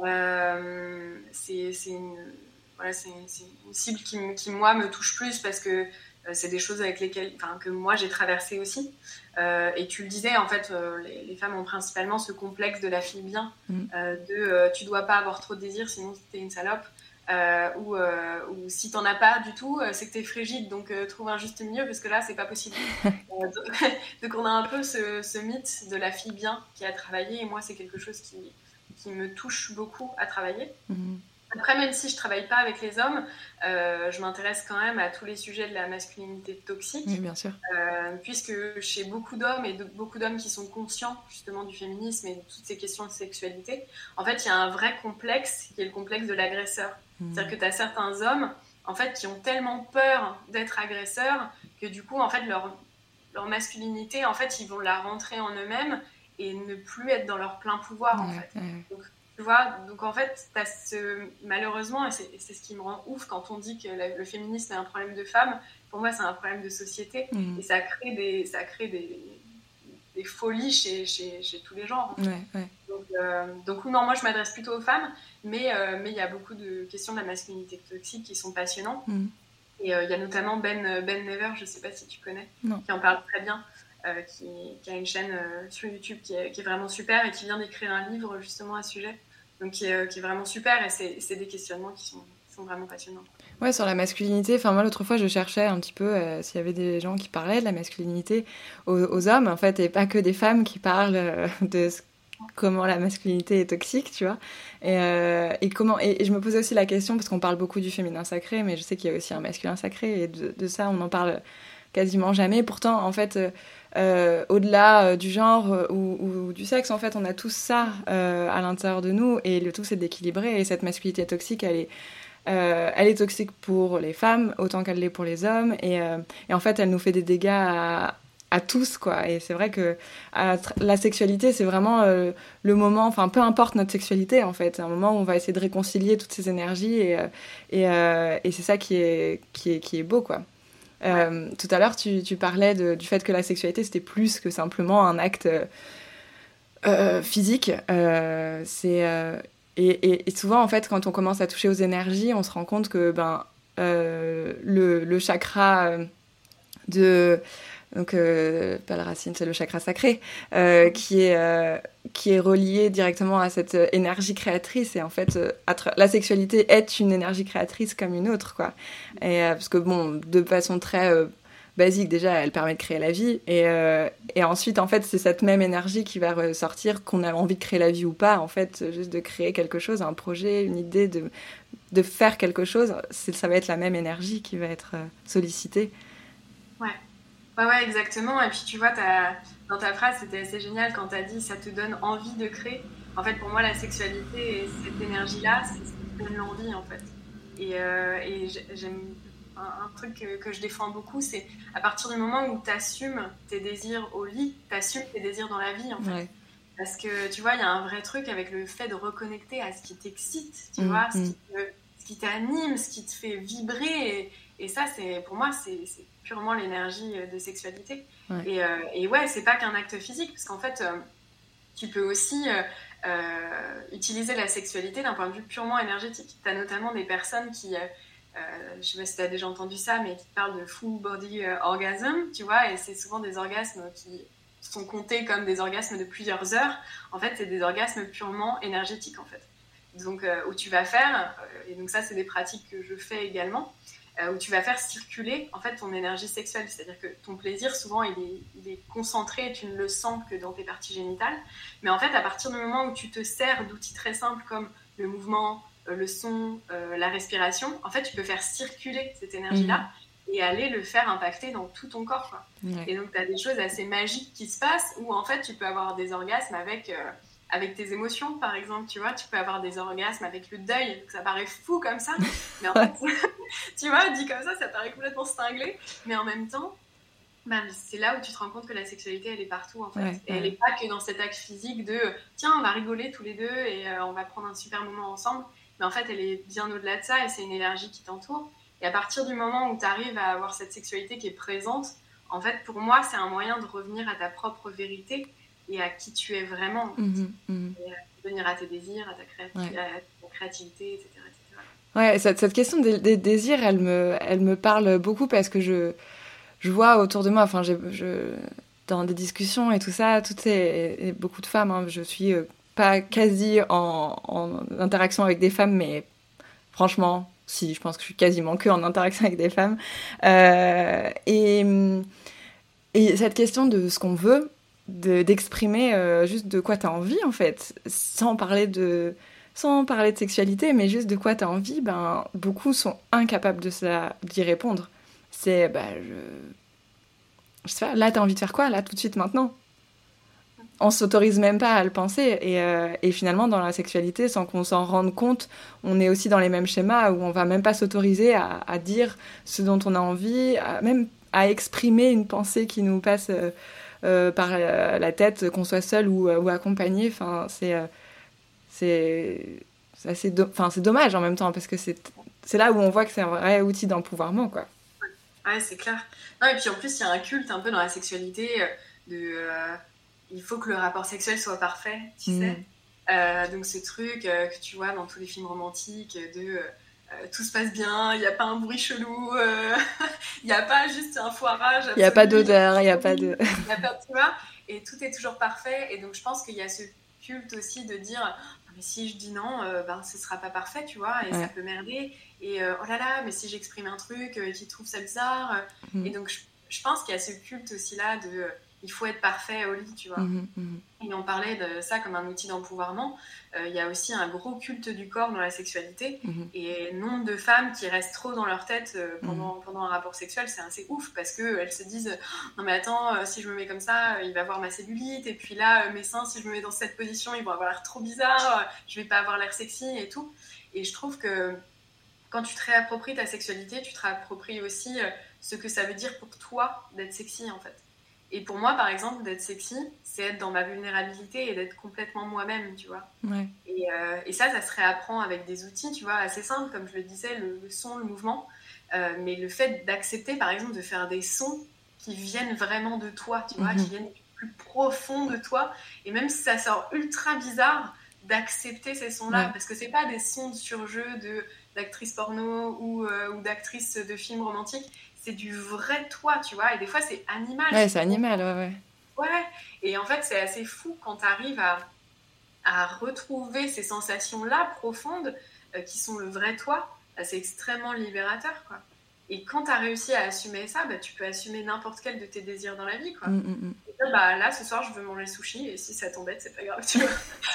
Euh, c'est, c'est, une, voilà, c'est, c'est une cible qui, qui, moi, me touche plus parce que euh, c'est des choses avec lesquelles, enfin, que moi j'ai traversé aussi. Euh, et tu le disais, en fait, euh, les, les femmes ont principalement ce complexe de la fille bien, mmh. euh, de euh, tu dois pas avoir trop de désir, sinon t'es une salope. Euh, ou, euh, ou si t'en as pas du tout, euh, c'est que t'es frigide, donc euh, trouve un juste milieu parce que là c'est pas possible. euh, donc, donc on a un peu ce, ce mythe de la fille bien qui a travaillé, et moi c'est quelque chose qui, qui me touche beaucoup à travailler. Mmh. Après, même si je travaille pas avec les hommes, euh, je m'intéresse quand même à tous les sujets de la masculinité toxique. Oui, bien sûr. Euh, puisque chez beaucoup d'hommes, et de, beaucoup d'hommes qui sont conscients justement du féminisme et de toutes ces questions de sexualité, en fait, il y a un vrai complexe qui est le complexe de l'agresseur. Mmh. C'est-à-dire que tu as certains hommes, en fait, qui ont tellement peur d'être agresseurs que du coup, en fait, leur, leur masculinité, en fait, ils vont la rentrer en eux-mêmes et ne plus être dans leur plein pouvoir, en ouais, fait. Ouais. Donc, tu vois, donc en fait, t'as ce... malheureusement, et c'est, c'est ce qui me rend ouf quand on dit que la, le féminisme est un problème de femmes, pour moi, c'est un problème de société. Mmh. Et ça crée des, ça crée des, des folies chez, chez, chez tous les genres. En fait. Ouais, ouais. Donc, euh, donc, non, moi, je m'adresse plutôt aux femmes, mais euh, mais il y a beaucoup de questions de la masculinité toxique qui sont passionnantes. Mmh. Et il euh, y a notamment Ben, Ben Never, je ne sais pas si tu connais, non. qui en parle très bien. Euh, qui, qui a une chaîne euh, sur YouTube qui est, qui est vraiment super et qui vient d'écrire un livre justement à ce sujet, donc qui est, qui est vraiment super, et c'est, c'est des questionnements qui sont, qui sont vraiment passionnants. Ouais, sur la masculinité, enfin moi l'autre fois je cherchais un petit peu euh, s'il y avait des gens qui parlaient de la masculinité aux, aux hommes en fait, et pas que des femmes qui parlent euh, de ce, comment la masculinité est toxique, tu vois, et, euh, et comment, et, et je me posais aussi la question parce qu'on parle beaucoup du féminin sacré, mais je sais qu'il y a aussi un masculin sacré, et de, de ça on en parle quasiment jamais. Pourtant, en fait, euh, euh, au-delà euh, du genre euh, ou, ou du sexe, en fait, on a tous ça euh, à l'intérieur de nous, et le tout, c'est d'équilibrer. Et cette masculinité toxique, elle est, euh, elle est toxique pour les femmes autant qu'elle l'est pour les hommes. Et, euh, et en fait, elle nous fait des dégâts à, à tous, quoi. Et c'est vrai que à, la sexualité, c'est vraiment euh, le moment, enfin, peu importe notre sexualité, en fait, c'est un moment où on va essayer de réconcilier toutes ces énergies, et, euh, et, euh, et c'est ça qui est, qui est, qui est beau, quoi. Euh, tout à l'heure, tu, tu parlais de, du fait que la sexualité, c'était plus que simplement un acte euh, physique. Euh, c'est, euh, et, et, et souvent, en fait, quand on commence à toucher aux énergies, on se rend compte que ben, euh, le, le chakra de, donc euh, pas la racine, c'est le chakra sacré, euh, qui est euh, qui est relié directement à cette énergie créatrice. Et en fait, euh, la sexualité est une énergie créatrice comme une autre, quoi. Et euh, parce que bon, de façon très euh, basique, déjà, elle permet de créer la vie. Et, euh, et ensuite, en fait, c'est cette même énergie qui va ressortir, qu'on a envie de créer la vie ou pas. En fait, juste de créer quelque chose, un projet, une idée, de, de faire quelque chose, c'est, ça va être la même énergie qui va être euh, sollicitée. Ouais. ouais, ouais, exactement. Et puis, tu vois, t'as, dans ta phrase, c'était assez génial quand tu as dit « ça te donne envie de créer ». En fait, pour moi, la sexualité et cette énergie-là, c'est ce qui donne l'envie, en fait. Et, euh, et j'aime... Un, un truc que, que je défends beaucoup, c'est à partir du moment où tu assumes tes désirs au lit, tu assumes tes désirs dans la vie, en fait. Ouais. Parce que, tu vois, il y a un vrai truc avec le fait de reconnecter à ce qui t'excite, tu mmh, vois, ce, mmh. qui te, ce qui t'anime, ce qui te fait vibrer. Et, et ça, c'est, pour moi, c'est, c'est purement l'énergie de sexualité. Ouais. Et, euh, et ouais, c'est pas qu'un acte physique, parce qu'en fait, euh, tu peux aussi euh, euh, utiliser la sexualité d'un point de vue purement énergétique. Tu as notamment des personnes qui... Euh, Euh, je ne sais pas si tu as déjà entendu ça, mais qui parlent de full body euh, orgasm, tu vois, et c'est souvent des orgasmes qui sont comptés comme des orgasmes de plusieurs heures. En fait, c'est des orgasmes purement énergétiques, en fait. Donc, euh, où tu vas faire, euh, et donc ça, c'est des pratiques que je fais également, euh, où tu vas faire circuler, en fait, ton énergie sexuelle. C'est-à-dire que ton plaisir, souvent, il est, il est concentré et tu ne le sens que dans tes parties génitales. Mais en fait, à partir du moment où tu te sers d'outils très simples comme le mouvement, le son, euh, la respiration, en fait, tu peux faire circuler cette énergie-là mmh. et aller le faire impacter dans tout ton corps, quoi. Ouais. Et donc, tu as des choses assez magiques qui se passent où, en fait, tu peux avoir des orgasmes avec, euh, avec tes émotions, par exemple, tu vois. Tu peux avoir des orgasmes avec le deuil. Donc, ça paraît fou comme ça, mais en fait, tu vois, dit comme ça, ça paraît complètement cinglé. Mais en même temps, ben, c'est là où tu te rends compte que la sexualité, elle est partout, en fait. Ouais, et ouais. elle n'est pas que dans cet acte physique de « tiens, on va rigoler tous les deux et euh, on va prendre un super moment ensemble ». Mais en fait, elle est bien au-delà de ça et c'est une énergie qui t'entoure. Et à partir du moment où tu arrives à avoir cette sexualité qui est présente, en fait, pour moi, c'est un moyen de revenir à ta propre vérité et à qui tu es vraiment. Mmh, mmh. Et à revenir à tes désirs, à ta, créati- ouais. à ta créativité, et cetera et cetera. Ouais, cette, cette question des, des désirs, elle me, elle me parle beaucoup parce que je, je vois autour de moi, enfin, j'ai, je, dans des discussions et tout ça, toutes ces, et beaucoup de femmes, hein, je suis... Euh, pas quasi en, en interaction avec des femmes, mais franchement, si, je pense que je suis quasiment que en interaction avec des femmes. Euh, et, et cette question de ce qu'on veut, de, d'exprimer euh, juste de quoi tu as envie, en fait, sans parler de, sans parler de sexualité, mais juste de quoi tu as envie, ben, beaucoup sont incapables de ça, d'y répondre. C'est, bah, je... je sais pas, là, tu as envie de faire quoi, là, tout de suite, maintenant ? On s'autorise même pas à le penser et, euh, et finalement dans la sexualité sans qu'on s'en rende compte on est aussi dans les mêmes schémas où on va même pas s'autoriser à, à dire ce dont on a envie, à, même à exprimer une pensée qui nous passe euh, euh, par la tête, qu'on soit seul ou, ou accompagné. Enfin, c'est, euh, c'est, c'est, assez do- enfin, c'est dommage en même temps parce que c'est, c'est là où on voit que c'est un vrai outil d'empouvoirment, quoi. Ouais, c'est clair. Non, et puis en plus il y a un culte un peu dans la sexualité de... Euh... il faut que le rapport sexuel soit parfait, tu mmh. sais. Euh, donc ce truc euh, que tu vois dans tous les films romantiques de euh, tout se passe bien, il n'y a pas un bruit chelou, il euh, n'y a pas juste un foirage. Il n'y a pas d'odeur, il n'y a pas de... Y a pas, tu vois, et tout est toujours parfait. Et donc je pense qu'il y a ce culte aussi de dire mais si je dis non, euh, ben, ce ne sera pas parfait, tu vois, et ouais. ça peut merder. Et euh, oh là là, mais si j'exprime un truc et qu'ils trouvent ça bizarre. Mmh. Et donc je, je pense qu'il y a ce culte aussi là de... il faut être parfait au lit, tu vois. Mmh, mmh. Et on parlait de ça comme un outil d'empouvoirment. Euh, il y a aussi un gros culte du corps dans la sexualité. Mmh. Et nombre de femmes qui restent trop dans leur tête euh, pendant, mmh. pendant un rapport sexuel, c'est assez ouf parce qu'elles se disent « Non mais attends, euh, si je me mets comme ça, euh, il va voir ma cellulite. Et puis là, euh, mes seins, si je me mets dans cette position, ils vont avoir l'air trop bizarre. Euh, je vais pas avoir l'air sexy et tout. » Et je trouve que quand tu te réappropries ta sexualité, tu te réappropries aussi euh, ce que ça veut dire pour toi d'être sexy, en fait. Et pour moi, par exemple, d'être sexy, c'est être dans ma vulnérabilité et d'être complètement moi-même, tu vois. Ouais. Et, euh, et ça, ça se réapprend avec des outils, tu vois, assez simples, comme je le disais, le, le son, le mouvement. Euh, mais le fait d'accepter, par exemple, de faire des sons qui viennent vraiment de toi, tu vois, mm-hmm. qui viennent du plus profond de toi. Et même si ça sort ultra bizarre, d'accepter ces sons-là. Ouais. Parce que c'est pas des sons de surjeu de, d'actrices porno ou, euh, ou d'actrices de films romantiques. c'est du vrai toi, tu vois. Et des fois, c'est animal. Ouais, c'est animal, ouais, ouais. Ouais, et en fait, c'est assez fou quand tu arrives à, à retrouver ces sensations-là profondes euh, qui sont le vrai toi. Bah, c'est extrêmement libérateur, quoi. Et quand tu as réussi à assumer ça, bah, tu peux assumer n'importe quel de tes désirs dans la vie, quoi. Mm, mm, mm. Et là, bah, là, ce soir, je veux manger sushi, et si ça t'embête, c'est pas grave, tu vois.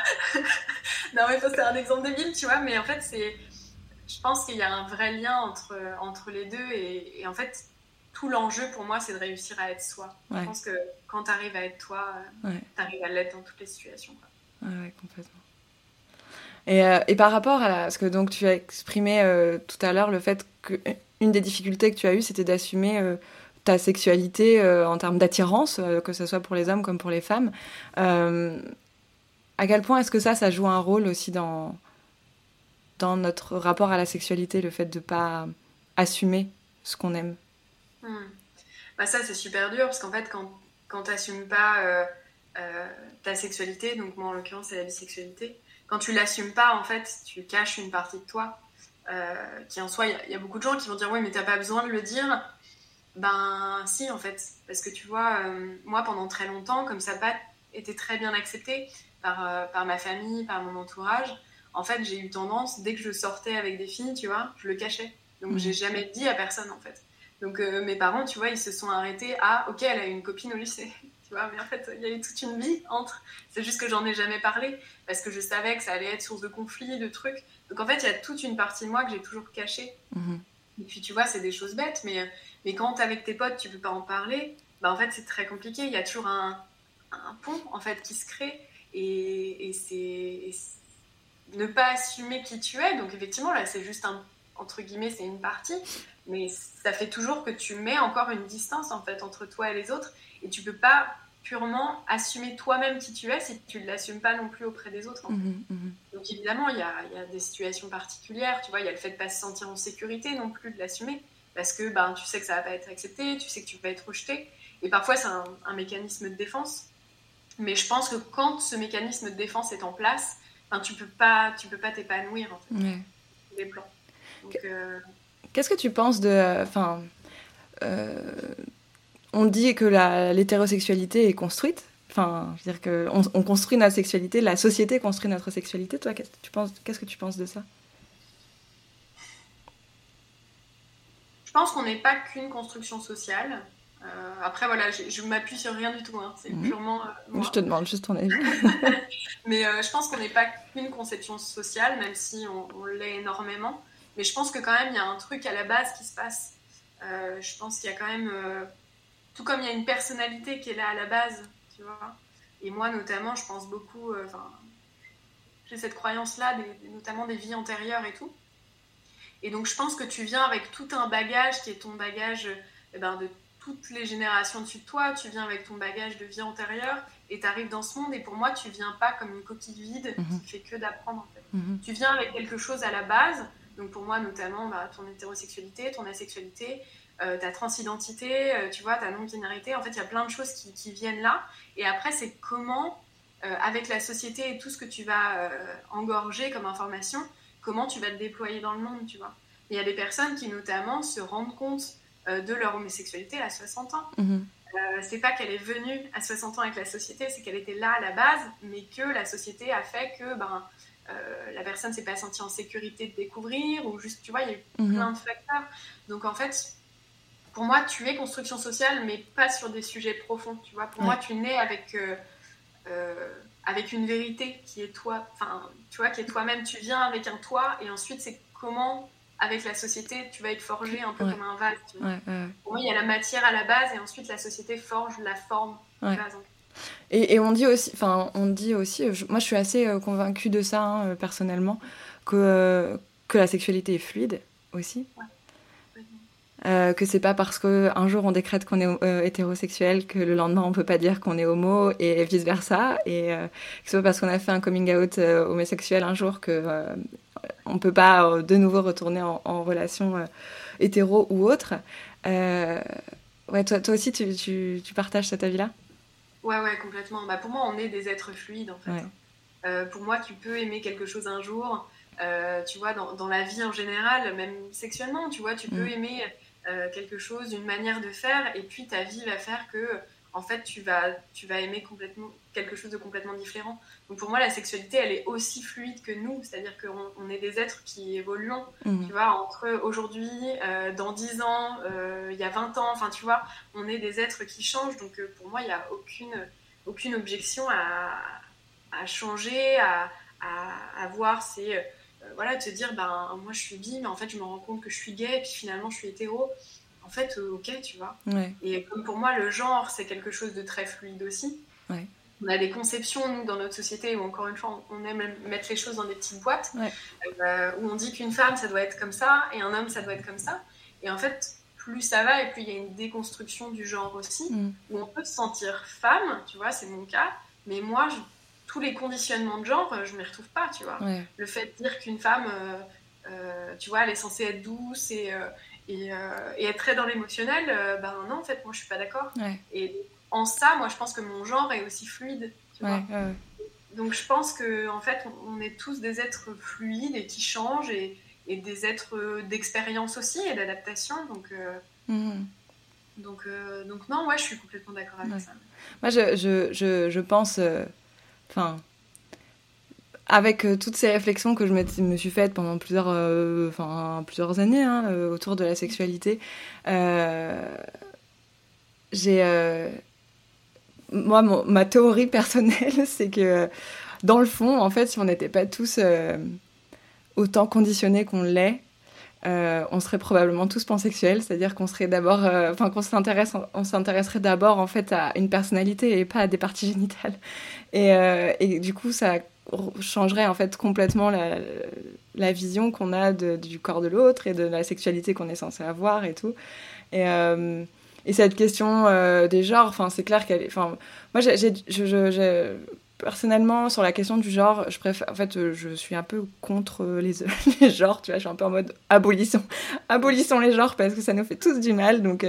Non, mais c'est un exemple débile, tu vois, mais en fait, c'est... je pense qu'il y a un vrai lien entre, entre les deux, et, et en fait, tout l'enjeu pour moi, c'est de réussir à être soi. Ouais. Je pense que quand tu arrives à être toi, ouais. tu arrives à l'être dans toutes les situations, quoi. Ouais, ouais, complètement. Et, euh, et par rapport à la... Parce que donc, tu as exprimé euh, tout à l'heure le fait qu'une des difficultés que tu as eues, c'était d'assumer euh, ta sexualité euh, en termes d'attirance, euh, que ce soit pour les hommes comme pour les femmes. Euh, à quel point est-ce que ça, ça joue un rôle aussi dans, dans notre rapport à la sexualité, le fait de ne pas assumer ce qu'on aime? Hmm. Bah ça, c'est super dur, parce qu'en fait, quand, quand tu n'assumes pas euh, euh, ta sexualité, donc moi, en l'occurrence, c'est la bisexualité, quand tu l'assumes pas, en fait, tu caches une partie de toi, euh, qui en soi, il y, y a beaucoup de gens qui vont dire « Oui, mais t'as pas besoin de le dire ». Ben si, en fait, parce que tu vois, euh, moi, pendant très longtemps, comme ça n'a pas été très bien accepté par, euh, par ma famille, par mon entourage, en fait, j'ai eu tendance, dès que je sortais avec des filles, tu vois, je le cachais. Donc, mmh. j'ai jamais dit à personne, en fait. Donc, euh, mes parents, tu vois, ils se sont arrêtés à « Ok, elle a une copine au lycée ». Tu vois, mais en fait, il y a eu toute une vie entre. C'est juste que j'en ai jamais parlé, parce que je savais que ça allait être source de conflits, de trucs. Donc, en fait, il y a toute une partie de moi que j'ai toujours cachée. Mmh. Et puis, tu vois, c'est des choses bêtes, mais, mais quand t'es avec tes potes, tu peux pas en parler. Bah, en fait, c'est très compliqué. Il y a toujours un, un pont, en fait, qui se crée. Et, et, c'est, et c'est... ne pas assumer qui tu es. Donc, effectivement, là, c'est juste un... entre guillemets, c'est une partie. Mais ça fait toujours que tu mets encore une distance, en fait, entre toi et les autres. Et tu peux pas purement assumer toi-même qui tu es si tu ne l'assumes pas non plus auprès des autres, en fait. Mmh, mmh. Donc, évidemment, il y a, il y a des situations particulières. Tu vois, il y a le fait de ne pas se sentir en sécurité non plus de l'assumer. Parce que ben, tu sais que ça ne va pas être accepté, tu sais que tu vas être rejeté. Et parfois, c'est un, un mécanisme de défense. Mais je pense que quand ce mécanisme de défense est en place, ben, tu ne peux pas, tu peux pas t'épanouir, en fait, ouais. Les plans. Donc, euh... Qu'est-ce que tu penses de... Enfin, euh, on dit que la, l'hétérosexualité est construite. Enfin, je veux dire qu'on on construit notre sexualité, la société construit notre sexualité. Toi, qu'est-ce que tu penses, qu'est-ce que tu penses de ça? Je pense qu'on n'est pas qu'une construction sociale. Euh, après, voilà, je, je m'appuie sur rien du tout. Hein. C'est mmh. purement. Euh, moi. Je te demande juste ton avis. Mais euh, je pense qu'on n'est pas qu'une conception sociale, même si on, on l'est énormément. Mais je pense que quand même, il y a un truc à la base qui se passe. Euh, je pense qu'il y a quand même. Euh, tout comme il y a une personnalité qui est là à la base, tu vois. Et moi, notamment, je pense beaucoup. Euh, j'ai cette croyance-là, des, notamment des vies antérieures et tout. Et donc, je pense que tu viens avec tout un bagage qui est ton bagage eh ben, de toutes les générations dessus de toi. Tu viens avec ton bagage de vie antérieure et tu arrives dans ce monde. Et pour moi, tu viens pas comme une coquille vide mm-hmm. qui fait que d'apprendre. En fait. Mm-hmm. Tu viens avec quelque chose à la base. Donc, pour moi, notamment, bah, ton hétérosexualité, ton asexualité, euh, ta transidentité, euh, tu vois, ta non-binarité. En fait, il y a plein de choses qui, qui viennent là. Et après, c'est comment, euh, avec la société et tout ce que tu vas euh, engorger comme information, comment tu vas te déployer dans le monde, tu vois. Il y a des personnes qui, notamment, se rendent compte euh, de leur homosexualité à soixante ans. Mmh. Euh, c'est pas qu'elle est venue à soixante ans avec la société, c'est qu'elle était là à la base, mais que la société a fait que ben, euh, la personne s'est pas sentie en sécurité de découvrir, ou juste, tu vois, il y a eu mmh. plein de facteurs. Donc, en fait, pour moi, tu es construction sociale, mais pas sur des sujets profonds, tu vois. Pour ouais. moi, tu nais avec... Euh, euh, avec une vérité qui est toi, enfin, tu vois, qui est toi-même. Tu viens avec un toi, et ensuite, c'est comment, avec la société, tu vas être forgé un peu ouais. comme un vase. Tu vois. Ouais, ouais. Pour moi, il y a la matière à la base, et ensuite, la société forge la forme ouais. du vase. Et, et on dit aussi, enfin, on dit aussi, je, moi, je suis assez euh, convaincue de ça, hein, personnellement, que, euh, que la sexualité est fluide aussi. Ouais. Euh, que c'est pas parce qu'un jour on décrète qu'on est euh, hétérosexuel que le lendemain on peut pas dire qu'on est homo et vice versa, et euh, que c'est pas parce qu'on a fait un coming out euh, homosexuel un jour que euh, on peut pas euh, de nouveau retourner en, en relation euh, hétéro ou autre. Euh, ouais, toi, toi aussi tu, tu, tu partages cet avis-là? Ouais, ouais, complètement. Bah, pour moi, on est des êtres fluides en fait. Ouais. Euh, pour moi, tu peux aimer quelque chose un jour, euh, tu vois, dans, dans la vie en général, même sexuellement, tu vois, tu peux mmh. aimer euh, quelque chose, une manière de faire, et puis ta vie va faire que, en fait, tu vas, tu vas aimer complètement, quelque chose de complètement différent. Donc pour moi, la sexualité, elle est aussi fluide que nous, c'est-à-dire qu'on on est des êtres qui évoluent, mmh. tu vois, entre aujourd'hui, euh, dans dix ans, euh, il y a vingt ans, enfin, tu vois, on est des êtres qui changent, donc euh, pour moi, il n'y a aucune, aucune objection à, à changer, à, à, à voir, c'est, euh, voilà, de se dire, ben, moi, je suis bi, mais en fait, je me rends compte que je suis gay, et puis finalement, je suis hétéro. En fait, euh, ok, tu vois. Ouais. Et comme pour moi, le genre, c'est quelque chose de très fluide aussi. Ouais. On a des conceptions, nous, dans notre société, où encore une fois, on aime mettre les choses dans des petites boîtes, ouais. euh, où on dit qu'une femme, ça doit être comme ça, et un homme, ça doit être comme ça. Et en fait, plus ça va, et plus il y a une déconstruction du genre aussi, mm. où on peut se sentir femme, tu vois, c'est mon cas, mais moi, je, tous les conditionnements de genre, je ne m'y retrouve pas, tu vois. Ouais. Le fait de dire qu'une femme, euh, euh, tu vois, elle est censée être douce et... Euh, Et, euh, et être très dans l'émotionnel, euh, ben non, en fait, moi, je suis pas d'accord. Ouais. Et en ça, moi, je pense que mon genre est aussi fluide, tu ouais, vois. Ouais. Donc, je pense que en fait, on, on est tous des êtres fluides et qui changent, et, et des êtres d'expérience aussi et d'adaptation. Donc, euh, mm-hmm. donc, euh, donc, non, ouais, je suis complètement d'accord avec ouais. ça. Moi, je, je, je, je pense... Enfin... Euh, avec euh, toutes ces réflexions que je me, me suis faites pendant plusieurs, euh, plusieurs années hein, euh, autour de la sexualité, euh, j'ai... Euh, moi, mon, ma théorie personnelle, c'est que dans le fond, en fait, si on n'était pas tous euh, autant conditionnés qu'on l'est, euh, on serait probablement tous pansexuels, c'est-à-dire qu'on serait d'abord, enfin euh, qu'on s'intéresse, on s'intéresserait d'abord en fait à une personnalité et pas à des parties génitales. Et, euh, et du coup, ça changerait en fait complètement la, la vision qu'on a de, du corps de l'autre et de la sexualité qu'on est censé avoir et tout. Et, euh, et cette question euh, des genres, enfin c'est clair qu'elle, enfin moi j'ai, j'ai, je, je, j'ai, personnellement sur la question du genre, je préfère, en fait je suis un peu contre les, les genres, tu vois, je suis un peu en mode abolissons, abolissons les genres parce que ça nous fait tous du mal, donc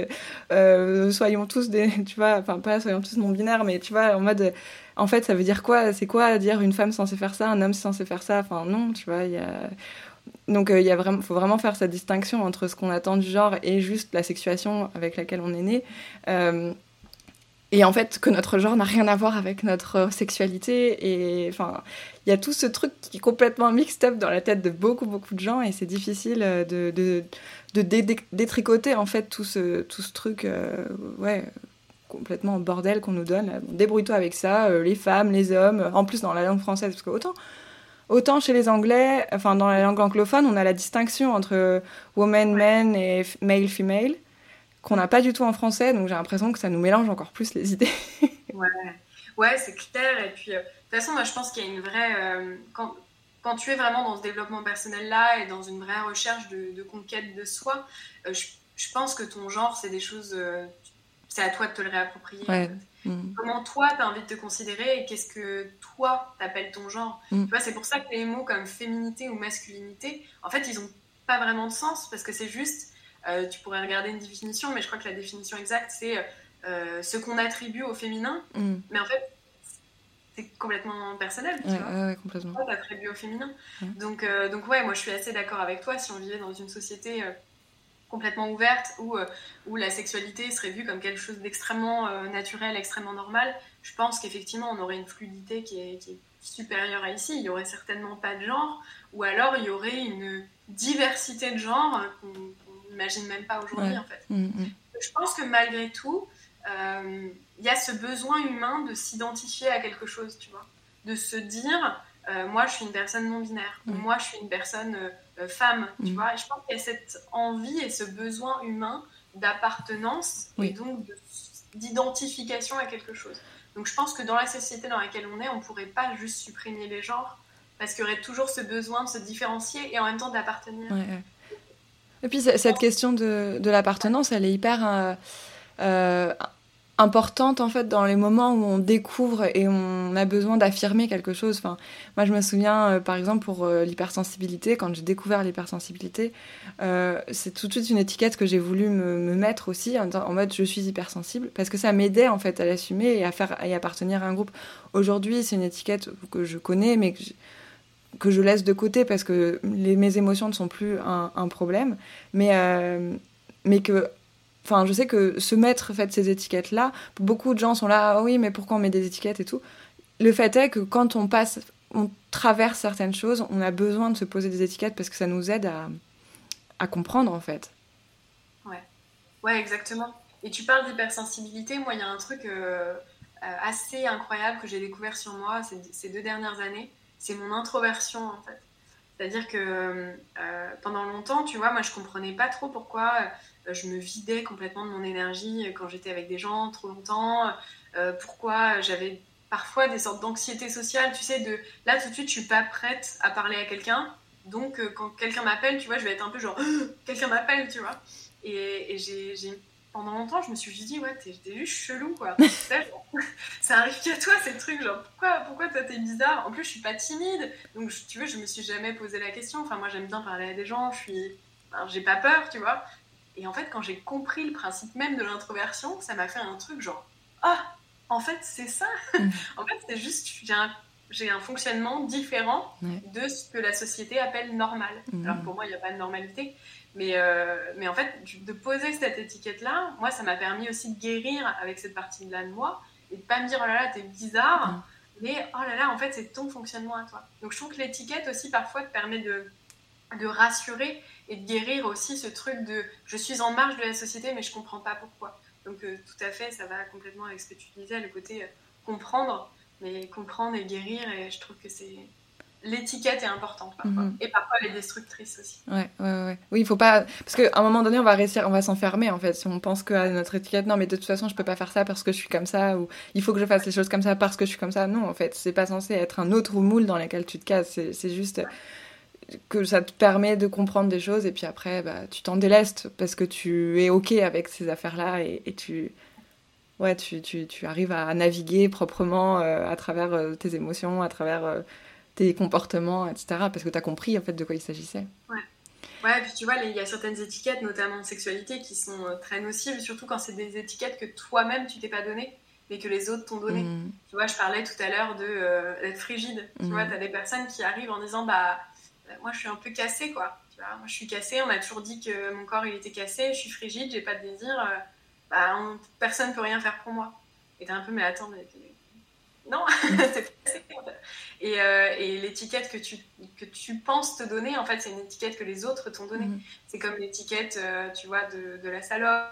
euh, soyons tous des, tu vois, enfin pas soyons tous non binaires, mais tu vois en mode en fait, ça veut dire quoi ? C'est quoi dire une femme censée faire ça, un homme censé faire ça ? Enfin, non, tu vois, il y a... Donc, il euh, y a vraiment, faut vraiment faire cette distinction entre ce qu'on attend du genre et juste la sexuation avec laquelle on est né. Euh, et en fait, que notre genre n'a rien à voir avec notre sexualité. Et enfin, il y a tout ce truc qui est complètement mixed up dans la tête de beaucoup, beaucoup de gens. Et c'est difficile de, de, de dé- détricoter, en fait, tout ce, tout ce truc, euh, ouais... complètement bordel qu'on nous donne. Débrouille-toi avec ça, euh, les femmes, les hommes, en plus dans la langue française, parce que autant, autant chez les Anglais, enfin dans la langue anglophone, on a la distinction entre woman, man et male, female, qu'on n'a pas du tout en français, donc j'ai l'impression que ça nous mélange encore plus les idées. ouais, ouais, c'est clair, et puis euh, de toute façon, moi je pense qu'il y a une vraie... Euh, quand, quand tu es vraiment dans ce développement personnel-là et dans une vraie recherche de, de conquête de soi, euh, je, je pense que ton genre, c'est des choses... Euh, c'est à toi de te le réapproprier. Ouais. En fait. Mmh. Comment toi, tu as envie de te considérer et qu'est-ce que toi, t'appelles ton genre. Mmh. Tu vois, c'est pour ça que les mots comme féminité ou masculinité, en fait, ils n'ont pas vraiment de sens parce que c'est juste, euh, tu pourrais regarder une définition, mais je crois que la définition exacte, c'est euh, ce qu'on attribue au féminin. Mmh. Mais en fait, c'est complètement personnel, tu ouais, vois. Ouais, complètement. Toi, t'attribues au féminin. Ouais. Donc, euh, donc, ouais, moi, je suis assez d'accord avec toi. Si on vivait dans une société... Euh, complètement ouverte, où, euh, où la sexualité serait vue comme quelque chose d'extrêmement euh, naturel, extrêmement normal, je pense qu'effectivement, on aurait une fluidité qui est, qui est supérieure à ici. Il n'y aurait certainement pas de genre, ou alors il y aurait une diversité de genres qu'on n'imagine même pas aujourd'hui, ouais. en fait. Mmh. Je pense que malgré tout, euh, il y a ce besoin humain de s'identifier à quelque chose, tu vois, de se dire... Euh, moi, je suis une personne non-binaire, mmh. ou moi, je suis une personne euh, femme, mmh. tu vois. Et je pense qu'il y a cette envie et ce besoin humain d'appartenance oui. et donc de, d'identification à quelque chose. Donc, je pense que dans la société dans laquelle on est, on ne pourrait pas juste supprimer les genres parce qu'il y aurait toujours ce besoin de se différencier et en même temps d'appartenir. Ouais, ouais. Et puis, cette question de, de l'appartenance, elle est hyper... Euh, euh, importante en fait dans les moments où on découvre et on a besoin d'affirmer quelque chose. Enfin, moi je me souviens euh, par exemple pour euh, l'hypersensibilité, quand j'ai découvert l'hypersensibilité, euh, c'est tout de suite une étiquette que j'ai voulu me, me mettre aussi en, en mode je suis hypersensible parce que ça m'aidait en fait à l'assumer et à faire et à appartenir à un groupe. Aujourd'hui c'est une étiquette que je connais mais que je, que je laisse de côté parce que les, mes émotions ne sont plus un, un problème. Mais euh, mais que, enfin, je sais que se mettre en fait, ces étiquettes-là, beaucoup de gens sont là, ah oui, mais pourquoi on met des étiquettes et tout. Le fait est que quand on passe, on traverse certaines choses, on a besoin de se poser des étiquettes parce que ça nous aide à, à comprendre en fait. Ouais, ouais, exactement. Et tu parles d'hypersensibilité, moi il y a un truc euh, assez incroyable que j'ai découvert sur moi ces, ces deux dernières années, c'est mon introversion en fait. C'est-à-dire que euh, pendant longtemps, tu vois, moi je comprenais pas trop pourquoi euh, je me vidais complètement de mon énergie quand j'étais avec des gens trop longtemps, euh, pourquoi j'avais parfois des sortes d'anxiété sociale, tu sais, de là tout de suite je suis pas prête à parler à quelqu'un, donc euh, quand quelqu'un m'appelle, tu vois, je vais être un peu genre quelqu'un m'appelle, tu vois. Et, et j'ai, j'ai, pendant longtemps, je me suis juste dit, ouais, t'es, t'es juste chelou, quoi. Ça, genre, ça arrive qu'à toi, ces trucs, genre, pourquoi, pourquoi toi, t'es bizarre? En plus, je suis pas timide, donc, je- tu vois, je me suis jamais posé la question. Enfin, moi, j'aime bien parler à des gens, je suis... enfin, j'ai pas peur, tu vois. Et en fait, quand j'ai compris le principe même de l'introversion, ça m'a fait un truc genre, ah, en fait, c'est ça. Mmh. En fait, c'est juste, j'ai un, j'ai un fonctionnement différent Ouais. de ce que la société appelle normal. Mmh. Alors, pour moi, il n'y a pas de normalité. Mais, euh, mais en fait, de poser cette étiquette-là, moi, ça m'a permis aussi de guérir avec cette partie-là de moi et de pas me dire, oh là là, t'es bizarre, Mmh. mais oh là là, en fait, c'est ton fonctionnement à toi. Donc, je trouve que l'étiquette aussi, parfois, te permet de, de rassurer et de guérir aussi ce truc de je suis en marge de la société, mais je comprends pas pourquoi. Donc, euh, tout à fait, ça va complètement avec ce que tu disais, le côté euh, comprendre, mais comprendre et guérir, et je trouve que c'est. L'étiquette est importante parfois, Mmh. et parfois elle est destructrice aussi. Ouais, ouais, ouais. Oui, il faut pas. Parce qu'à un moment donné, on va réussir, on va s'enfermer en fait. Si on pense que à notre étiquette, non, mais de toute façon, je peux pas faire ça parce que je suis comme ça, ou il faut que je fasse les choses comme ça parce que je suis comme ça. Non, en fait, c'est pas censé être un autre moule dans lequel tu te casses. C'est, c'est juste que ça te permet de comprendre des choses et puis après, bah, tu t'en délestes parce que tu es OK avec ces affaires-là et, et tu. Ouais, tu, tu, tu arrives à naviguer proprement euh, à travers euh, tes émotions, à travers euh, tes comportements, et cetera. Parce que tu as compris en fait de quoi il s'agissait. Ouais. Ouais, et puis tu vois, il y a certaines étiquettes, notamment de sexualité, qui sont euh, très nocives, surtout quand c'est des étiquettes que toi-même tu t'es pas donné, mais que les autres t'ont donné. Mmh. Tu vois, je parlais tout à l'heure de euh, d'être frigide. Tu Mmh. vois, t'as des personnes qui arrivent en disant, bah, euh, moi je suis un peu cassée, quoi. Tu vois, moi je suis cassée, on m'a toujours dit que mon corps il était cassé, je suis frigide, j'ai pas de désir, euh, bah, on, personne peut rien faire pour moi. Et t'es un peu, mais attends, mais non, c'est pas assez, en fait. Et, euh, et l'étiquette que tu, que tu penses te donner, en fait, c'est une étiquette que les autres t'ont donnée. Mmh. C'est comme l'étiquette, euh, tu vois, de, de la salope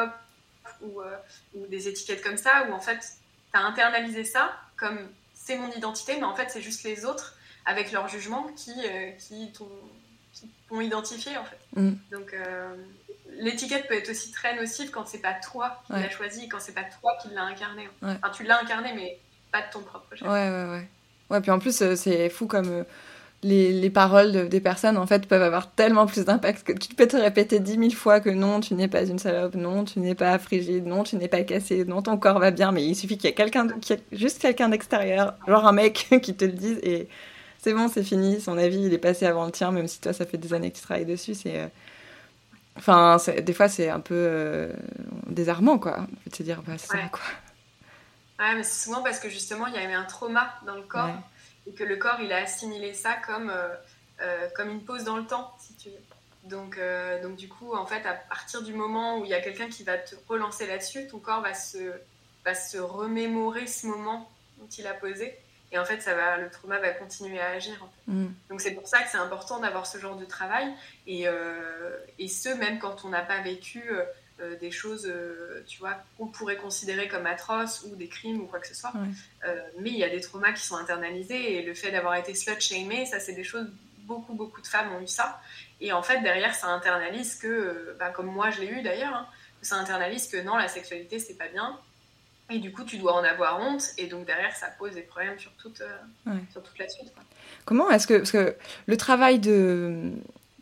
ou, euh, ou des étiquettes comme ça, où en fait, tu as internalisé ça comme c'est mon identité, mais en fait, c'est juste les autres, avec leur jugement, qui, euh, qui t'ont qui t'ont identifié, en fait. Mmh. Donc, euh, l'étiquette peut être aussi très nocive quand c'est pas toi qui Ouais. l'as choisi, quand c'est pas toi qui l'as incarné. Ouais. Enfin, tu l'as incarné, mais pas de ton propre chef. Ouais, ouais, ouais. Ouais, puis en plus, euh, c'est fou comme euh, les, les paroles de, des personnes, en fait, peuvent avoir tellement plus d'impact que tu peux te répéter dix mille fois que non, tu n'es pas une salope, non, tu n'es pas frigide, non, tu n'es pas cassé, non, ton corps va bien, mais il suffit qu'il y ait quelqu'un, qu'il y ait juste quelqu'un d'extérieur, genre un mec qui te le dise, et c'est bon, c'est fini, son avis, il est passé avant le tien, même si toi, ça fait des années que tu travailles dessus, c'est... euh, Enfin, c'est- des fois, c'est un peu euh, désarmant, quoi. De se dire, bah, c'est Ouais. ça, quoi. Ouais, mais c'est souvent parce que justement, il y a eu un trauma dans le corps Ouais. et que le corps, il a assimilé ça comme, euh, euh, comme une pause dans le temps, si tu veux. Donc, euh, donc, du coup, en fait, à partir du moment où il y a quelqu'un qui va te relancer là-dessus, ton corps va se, va se remémorer ce moment dont il a posé. Et en fait, ça va, le trauma va continuer à agir. En fait. Mm. Donc, c'est pour ça que c'est important d'avoir ce genre de travail. Et, euh, et ce, même quand on n'a pas vécu euh, des choses, euh, tu vois, qu'on pourrait considérer comme atroces ou des crimes ou quoi que ce soit. Ouais. Euh, mais il y a des traumas qui sont internalisés. Et le fait d'avoir été slut-shamé, ça, c'est des choses... Beaucoup, beaucoup de femmes ont eu ça. Et en fait, derrière, ça internalise que, bah, comme moi, je l'ai eu d'ailleurs, hein, ça internalise que non, la sexualité, c'est pas bien. Et du coup, tu dois en avoir honte. Et donc, derrière, ça pose des problèmes sur toute, euh, ouais. sur toute la suite. Quoi. Comment est-ce que... Parce que le travail de,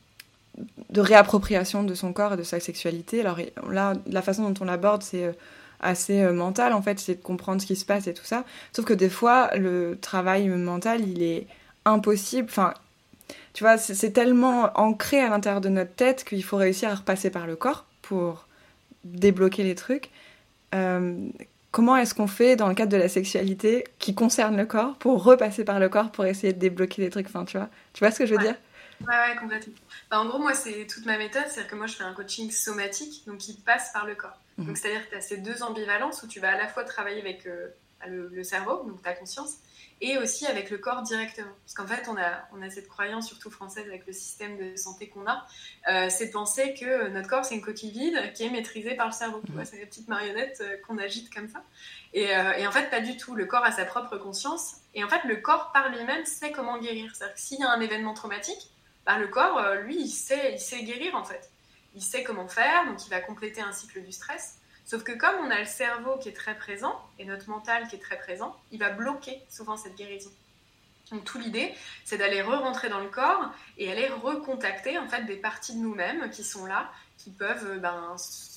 de réappropriation de son corps et de sa sexualité, alors là, la façon dont on l'aborde, c'est assez mental, en fait, c'est de comprendre ce qui se passe et tout ça. Sauf que des fois, le travail mental, il est impossible... Enfin, tu vois, c'est, c'est tellement ancré à l'intérieur de notre tête qu'il faut réussir à repasser par le corps pour débloquer les trucs. Euh, comment est-ce qu'on fait dans le cadre de la sexualité qui concerne le corps pour repasser par le corps pour essayer de débloquer les trucs, enfin, tu vois, tu vois ce que je veux ouais. dire? Ouais, ouais, complètement. Bah, en gros, moi, c'est toute ma méthode, c'est-à-dire que moi, je fais un coaching somatique, donc qui passe par le corps. Mmh. Donc, c'est-à-dire que tu as ces deux ambivalences où tu vas à la fois travailler avec euh, le, le cerveau, donc ta conscience, et aussi avec le corps directement. Parce qu'en fait, on a, on a cette croyance, surtout française, avec le système de santé qu'on a, euh, c'est de penser que notre corps, c'est une coquille vide qui est maîtrisée par le cerveau. Tu vois, c'est la petite marionnette euh, qu'on agite comme ça. Et, euh, et en fait, pas du tout. Le corps a sa propre conscience. Et en fait, le corps, par lui-même, sait comment guérir. C'est-à-dire que s'il y a un événement traumatique, bah, le corps, euh, lui, il sait, il sait guérir, en fait. Il sait comment faire, donc il va compléter un cycle du stress. Sauf que comme on a le cerveau qui est très présent et notre mental qui est très présent, il va bloquer souvent cette guérison. Donc toute l'idée, c'est d'aller re-rentrer dans le corps et aller recontacter en fait des parties de nous-mêmes qui sont là, qui peuvent ben,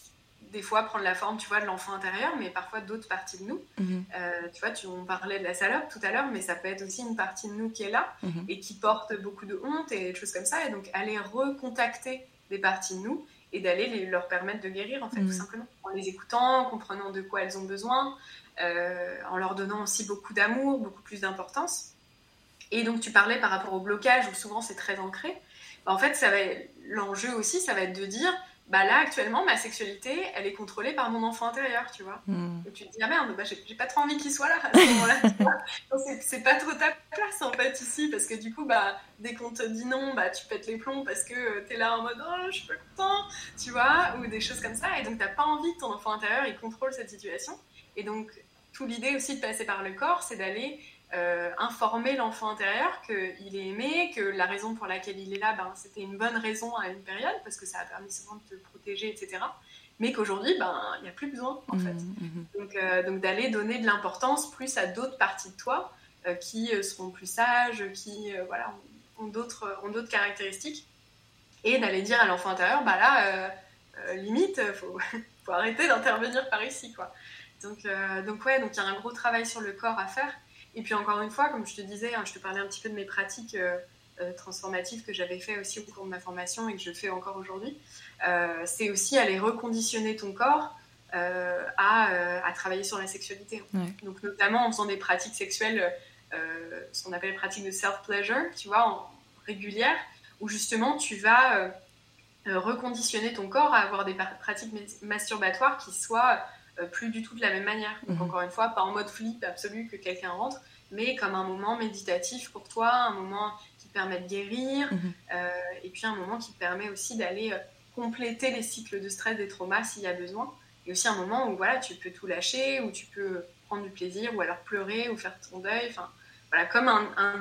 des fois prendre la forme, tu vois, de l'enfant intérieur, mais parfois d'autres parties de nous. Mmh. Euh, tu vois, tu, on parlait de la salope tout à l'heure, mais ça peut être aussi une partie de nous qui est là mmh. et qui porte beaucoup de honte et des choses comme ça. Et donc aller recontacter des parties de nous et d'aller les, leur permettre de guérir, en fait, mmh. tout simplement. En les écoutant, en comprenant de quoi elles ont besoin, euh, en leur donnant aussi beaucoup d'amour, beaucoup plus d'importance. Et donc, tu parlais par rapport au blocage, où souvent c'est très ancré. Bah, en fait, ça va être, l'enjeu aussi, ça va être de dire, bah là, actuellement, ma sexualité, elle est contrôlée par mon enfant intérieur, tu vois. Mm. Et tu te dis, ah merde, bah, j'ai, j'ai pas trop envie qu'il soit là à ce moment-là. c'est, c'est pas trop ta place, en fait, ici, parce que du coup, bah, dès qu'on te dit non, bah, tu pètes les plombs parce que t'es là en mode, oh, je suis pas content, tu vois, ou des choses comme ça. Et donc, t'as pas envie que ton enfant intérieur, il contrôle cette situation. Et donc, toute l'idée aussi de passer par le corps, c'est d'aller Euh, informer l'enfant intérieur qu'il est aimé, que la raison pour laquelle il est là, ben, c'était une bonne raison à une période, parce que ça a permis souvent de te protéger, et cetera. Mais qu'aujourd'hui, ben, il n'y a plus besoin, en fait. Mmh. Donc, euh, donc d'aller donner de l'importance plus à d'autres parties de toi euh, qui euh, seront plus sages, qui euh, voilà, ont, d'autres, ont d'autres caractéristiques, et d'aller dire à l'enfant intérieur, bah là, euh, euh, limite, il faut, faut arrêter d'intervenir par ici, quoi. Donc, euh, donc ouais, donc il y a un gros travail sur le corps à faire. Et puis encore une fois, comme je te disais, hein, je te parlais un petit peu de mes pratiques euh, euh, transformatives que j'avais fait aussi au cours de ma formation et que je fais encore aujourd'hui. Euh, c'est aussi aller reconditionner ton corps euh, à, euh, à travailler sur la sexualité. Ouais. Donc notamment en faisant des pratiques sexuelles, euh, ce qu'on appelle pratiques de self-pleasure, tu vois, en, régulières, où justement tu vas euh, reconditionner ton corps à avoir des pratiques masturbatoires qui soient Euh, plus du tout de la même manière. Donc mmh. encore une fois, pas en mode flip absolu que quelqu'un rentre, mais comme un moment méditatif pour toi, un moment qui te permet de guérir, mmh. euh, et puis un moment qui te permet aussi d'aller euh, compléter les cycles de stress des traumas s'il y a besoin. Et aussi un moment où voilà, tu peux tout lâcher, où tu peux prendre du plaisir, ou alors pleurer, ou faire ton deuil. Enfin, voilà, comme un, un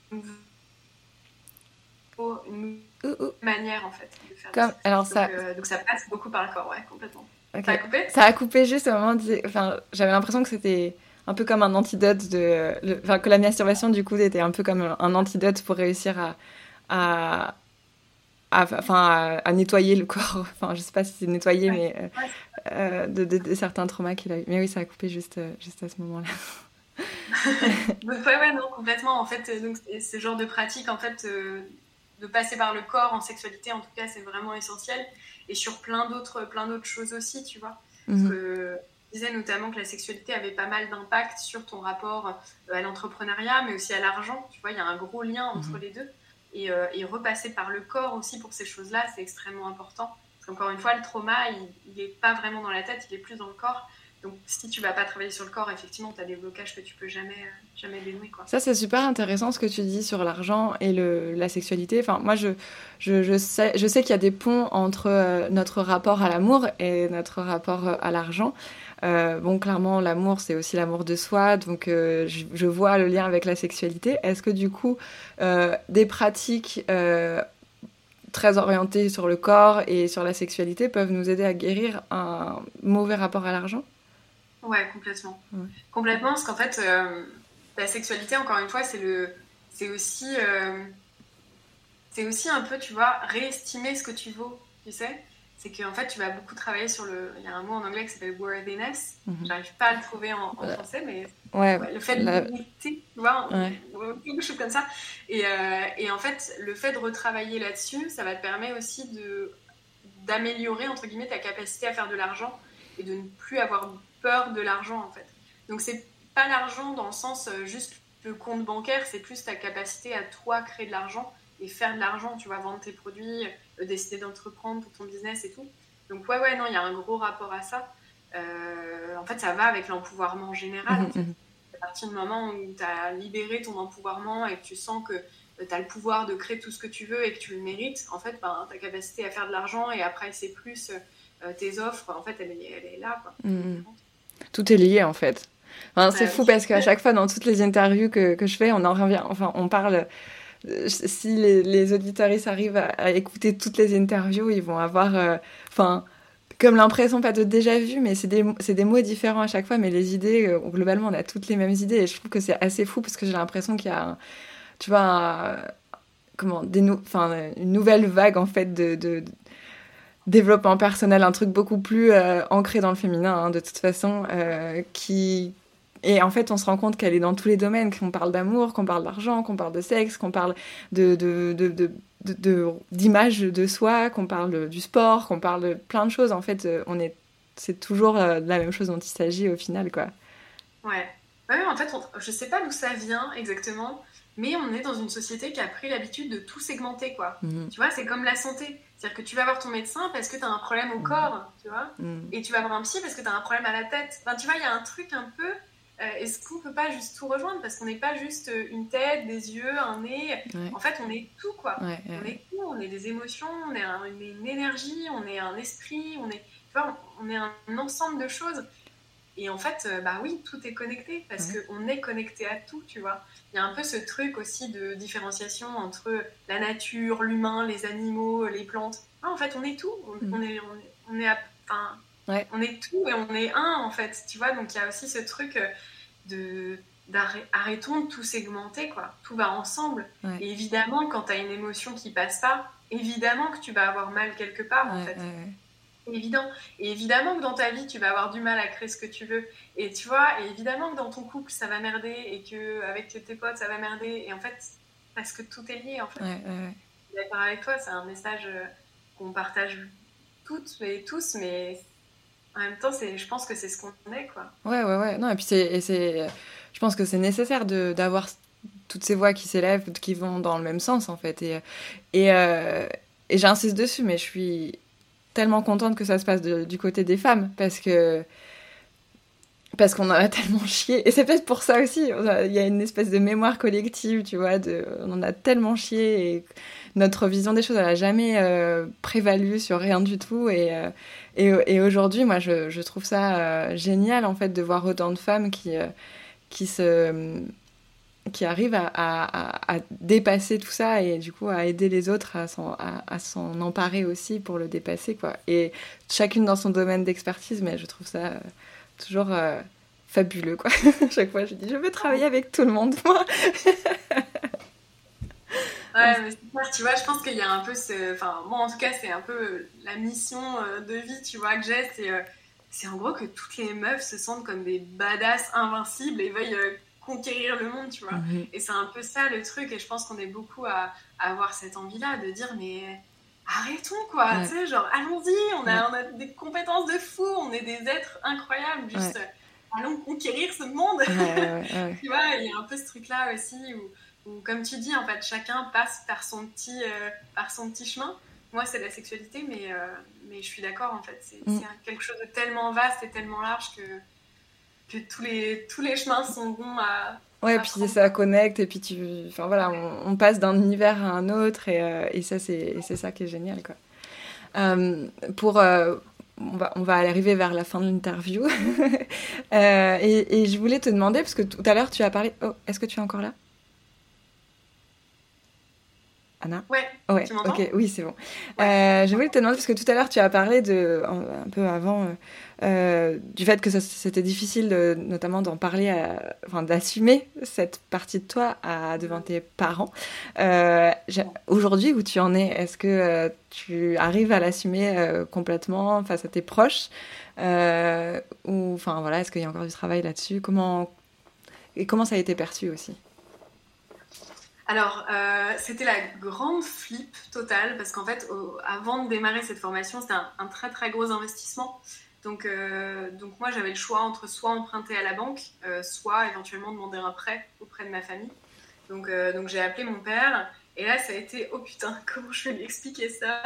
nouveau, une nouvelle manière en fait de faire comme, alors donc, ça... Euh, donc ça passe beaucoup par le corps, ouais, complètement. Okay. Ça a coupé Ça a coupé juste au moment de... Enfin, j'avais l'impression que c'était un peu comme un antidote de... Le... Enfin, que la masturbation, du coup, était un peu comme un antidote pour réussir à... à... À, enfin, à, à nettoyer le corps. Enfin, je sais pas si c'est nettoyer, ouais. mais euh, euh, de, de, de certains traumas qu'il a eu. Mais oui, ça a coupé juste, juste à ce moment-là. donc, ouais, ouais, non, complètement. En fait, donc, ce genre de pratique, en fait... Euh... de passer par le corps en sexualité, en tout cas, c'est vraiment essentiel. Et sur plein d'autres, plein d'autres choses aussi, tu vois. Mm-hmm. Parce que je disais notamment que la sexualité avait pas mal d'impact sur ton rapport à l'entrepreneuriat, mais aussi à l'argent. Tu vois, il y a un gros lien entre mm-hmm. les deux. Et, euh, et repasser par le corps aussi pour ces choses-là, c'est extrêmement important. Parce qu'encore une fois, le trauma, il n'est pas vraiment dans la tête, il est plus dans le corps. Donc, si tu vas pas travailler sur le corps, effectivement, tu as des blocages que tu peux jamais, jamais dénouer, quoi. Ça, c'est super intéressant ce que tu dis sur l'argent et le, la sexualité. Enfin, moi, je, je, je sais, je sais qu'il y a des ponts entre euh, notre rapport à l'amour et notre rapport à l'argent. Euh, bon, clairement, l'amour, c'est aussi l'amour de soi. Donc, euh, je, je vois le lien avec la sexualité. Est-ce que, du coup, euh, des pratiques... Euh, très orientées sur le corps et sur la sexualité peuvent nous aider à guérir un mauvais rapport à l'argent ? Ouais, complètement. Ouais. Complètement, parce qu'en fait, euh, la sexualité, encore une fois, c'est, le, c'est, aussi, euh, c'est aussi un peu, tu vois, réestimer ce que tu vaux, tu sais. C'est qu'en fait, tu vas beaucoup travailler sur le... Il y a un mot en anglais qui s'appelle worthiness. Mm-hmm. J'arrive pas à le trouver en, en français, mais ouais, ouais, le fait la... de mériter, tu vois, ouais. quelque chose comme ça. Et, euh, et en fait, le fait de retravailler là-dessus, ça va te permettre aussi de, d'améliorer, entre guillemets, ta capacité à faire de l'argent et de ne plus avoir peur de l'argent, en fait. Donc, c'est pas l'argent dans le sens euh, juste le compte bancaire, c'est plus ta capacité à toi créer de l'argent et faire de l'argent, tu vois, vendre tes produits, euh, décider d'entreprendre pour ton business et tout. Donc ouais, ouais, non, il y a un gros rapport à ça. Euh, en fait, ça va avec l'empouvoirment général, en fait. À partir du moment où tu as libéré ton empouvoirment et que tu sens que tu as le pouvoir de créer tout ce que tu veux et que tu le mérites, en fait, ben, ta capacité à faire de l'argent et après, c'est plus euh, tes offres, en fait, elle est, elle est là, quoi. Mmh. Tout est lié, en fait. Enfin, c'est euh, fou parce qu'à chaque fois, dans toutes les interviews que, que je fais, on en revient, enfin, on parle... Si les, les auditeuristes arrivent à, à écouter toutes les interviews, ils vont avoir... Enfin... Euh, comme l'impression, pas de déjà vu, mais c'est des, c'est des mots différents à chaque fois, mais les idées, euh, globalement, on a toutes les mêmes idées, et je trouve que c'est assez fou, parce que j'ai l'impression qu'il y a, un, tu vois, un, comment, des nou- enfin, une nouvelle vague, en fait, de, de, de développement personnel, un truc beaucoup plus euh, ancré dans le féminin, hein, de toute façon, euh, qui... Et en fait, on se rend compte qu'elle est dans tous les domaines, qu'on parle d'amour, qu'on parle d'argent, qu'on parle de sexe, qu'on parle de... de, de, de De, de, d'image de soi, qu'on parle du sport, qu'on parle de plein de choses. En fait, on est, c'est toujours la même chose dont il s'agit au final, quoi. Ouais. Ouais, en fait, on, je sais pas d'où ça vient exactement, mais on est dans une société qui a pris l'habitude de tout segmenter, quoi. Mm-hmm. Tu vois, c'est comme la santé. C'est-à-dire que tu vas voir ton médecin parce que tu as un problème au mm-hmm. corps, tu vois, mm-hmm. et tu vas voir un psy parce que tu as un problème à la tête. Enfin, tu vois, il y a un truc un peu... Euh, est-ce qu'on peut pas juste tout rejoindre? Parce qu'on n'est pas juste une tête, des yeux, un nez. Ouais. En fait, on est tout, quoi. Ouais, ouais, on est tout. On est des émotions, on est, un, on est une énergie, on est un esprit, on est, tu vois, on est un, un ensemble de choses. Et en fait, euh, bah oui, tout est connecté parce ouais. qu'on est connecté à tout, tu vois. Il y a un peu ce truc aussi de différenciation entre la nature, l'humain, les animaux, les plantes. Ah, en fait, on est tout. On, mm. on est, on est, on est à, enfin, Ouais. on est tout et on est un, en fait, tu vois. Donc, il y a aussi ce truc de... Arrêtons de tout segmenter, quoi. Tout va ensemble. Ouais. Et évidemment, quand tu as une émotion qui passe pas, évidemment que tu vas avoir mal quelque part, en ouais, fait. Ouais, ouais. C'est évident. Et évidemment que dans ta vie, tu vas avoir du mal à créer ce que tu veux. Et tu vois, et évidemment que dans ton couple, ça va merder et qu'avec tes potes, ça va merder. Et en fait, parce que tout est lié, en fait. Ouais, ouais, ouais. Je suis d'accord avec toi, c'est un message qu'on partage toutes et tous, mais... En même temps, c'est, je pense que c'est ce qu'on est, quoi. Ouais, ouais, ouais. Non, et puis c'est, et c'est, je pense que c'est nécessaire de, d'avoir toutes ces voix qui s'élèvent, qui vont dans le même sens, en fait. Et, et, euh, et j'insiste dessus, mais je suis tellement contente que ça se passe de, du côté des femmes, parce que parce qu'on en a tellement chié. Et c'est peut-être pour ça aussi, il y a une espèce de mémoire collective, tu vois, de, on en a tellement chié, et notre vision des choses, elle n'a jamais euh, prévalu sur rien du tout. Et, euh, et, et aujourd'hui, moi, je, je trouve ça euh, génial, en fait, de voir autant de femmes qui, euh, qui, se, qui arrivent à, à, à dépasser tout ça et du coup à aider les autres à s'en, à, à s'en emparer aussi pour le dépasser, quoi. Et chacune dans son domaine d'expertise, mais je trouve ça... Euh, toujours euh, fabuleux, quoi. Chaque fois, je dis, je veux travailler avec tout le monde, moi. Ouais, mais c'est clair, tu vois, je pense qu'il y a un peu ce... Enfin, moi, en tout cas, c'est un peu la mission de vie, tu vois, que j'ai. C'est, c'est en gros que toutes les meufs se sentent comme des badass invincibles et veuillent euh, conquérir le monde, tu vois. Mm-hmm. Et c'est un peu ça, le truc. Et je pense qu'on est beaucoup à, à avoir cette envie-là de dire, mais... arrêtons, quoi, ouais. Tu sais, genre, allons-y, on a, ouais. on a des compétences de fou, on est des êtres incroyables, juste, ouais. euh, allons conquérir ce monde. Ouais, ouais, ouais. Tu vois, il y a un peu ce truc-là aussi, où, où, comme tu dis, en fait, chacun passe par son petit, euh, par son petit chemin. Moi, c'est la sexualité, mais, euh, mais je suis d'accord, en fait, c'est, mm. c'est quelque chose de tellement vaste et tellement large que, que tous, les, tous les chemins sont bons à... Ouais, et puis ça connecte, et puis tu... Enfin voilà, on, on passe d'un univers à un autre, et, euh, et ça, c'est, et c'est ça qui est génial, quoi. Euh, pour... Euh, on, va, on va arriver vers la fin de l'interview. euh, et, et je voulais te demander, parce que tout à l'heure, tu as parlé... Oh, est-ce que tu es encore là ? Anna ? Ouais, ouais, tu m'entends ? Ok, oui, c'est bon. Ouais. Euh, je voulais te demander, parce que tout à l'heure, tu as parlé de, un, un peu avant, euh, euh, du fait que ça, c'était difficile, de, notamment d'en parler, à, enfin, d'assumer cette partie de toi à, devant tes parents. Euh, aujourd'hui, où tu en es, est-ce que euh, tu arrives à l'assumer euh, complètement face à tes proches euh, ou, enfin, voilà, est-ce qu'il y a encore du travail là-dessus ? Comment, et comment ça a été perçu aussi ? Alors, euh, c'était la grande flip totale, parce qu'en fait, au, avant de démarrer cette formation, c'était un, un très très gros investissement. Donc, euh, donc moi, j'avais le choix entre soit emprunter à la banque, euh, soit éventuellement demander un prêt auprès de ma famille. Donc, euh, donc j'ai appelé mon père, Et là, ça a été, oh putain, comment je vais lui expliquer ça?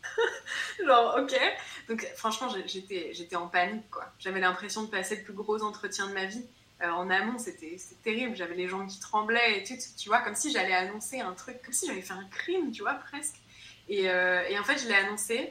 Genre, ok. Donc, franchement, j'étais, j'étais en panique, quoi. J'avais l'impression de passer le plus gros entretien de ma vie. Euh, en amont, c'était, c'était terrible. J'avais les jambes qui tremblaient et tout, tu vois, comme si j'allais annoncer un truc, comme si j'avais fait un crime, tu vois, presque. Et, euh, et en fait, je l'ai annoncé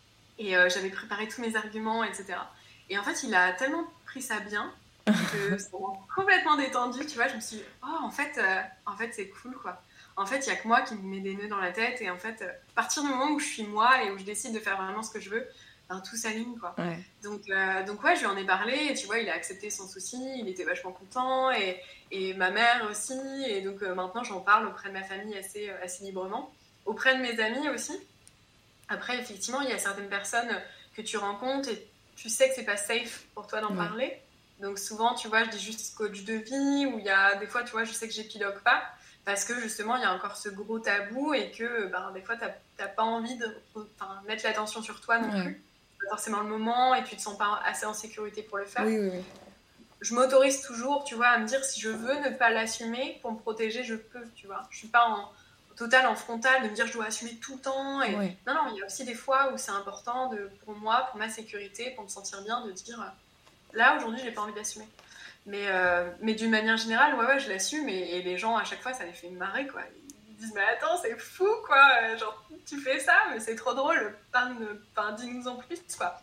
et euh, j'avais préparé tous mes arguments, et cetera. Et en fait, il a tellement pris ça bien que ça m'a complètement détendue, tu vois. Je me suis dit, oh, en fait, euh, en fait c'est cool, quoi. En fait, il n'y a que moi qui me met des nœuds dans la tête. Et en fait, euh, à partir du moment où je suis moi et où je décide de faire vraiment ce que je veux, ben, tout s'aligne, quoi. Ouais. Donc, euh, donc, ouais, je lui en ai parlé. Et tu vois, il a accepté son souci. Il était vachement content. Et, et ma mère aussi. Et donc, euh, maintenant, j'en parle auprès de ma famille assez, euh, assez librement. Auprès de mes amis aussi. Après, effectivement, il y a certaines personnes que tu rencontres et tu sais que c'est pas safe pour toi d'en ouais. parler. Donc, souvent, tu vois, je dis juste coach de vie. Ou il y a des fois, tu vois, je sais que j'épilogue pas. Parce que justement, il y a encore ce gros tabou et que ben, des fois, tu n'as pas envie de mettre l'attention sur toi non ouais. plus. C'est pas forcément le moment et tu ne te sens pas assez en sécurité pour le faire. Oui, oui, oui. Je m'autorise toujours, tu vois, à me dire si je veux ne pas l'assumer pour me protéger, je peux, tu vois. Je ne suis pas en, en total, en frontal, de me dire je dois assumer tout le temps. Et... Ouais. Non, non, il y a aussi des fois où c'est important de, pour moi, pour ma sécurité, pour me sentir bien, de dire là, aujourd'hui, je n'ai pas envie d'assumer. Mais, euh, mais d'une manière générale, ouais, ouais, je l'assume et, et les gens, à chaque fois, ça les fait marrer, quoi. Ils disent, mais attends, c'est fou, quoi. Genre, tu fais ça, mais c'est trop drôle. Enfin, dis-nous en plus, quoi.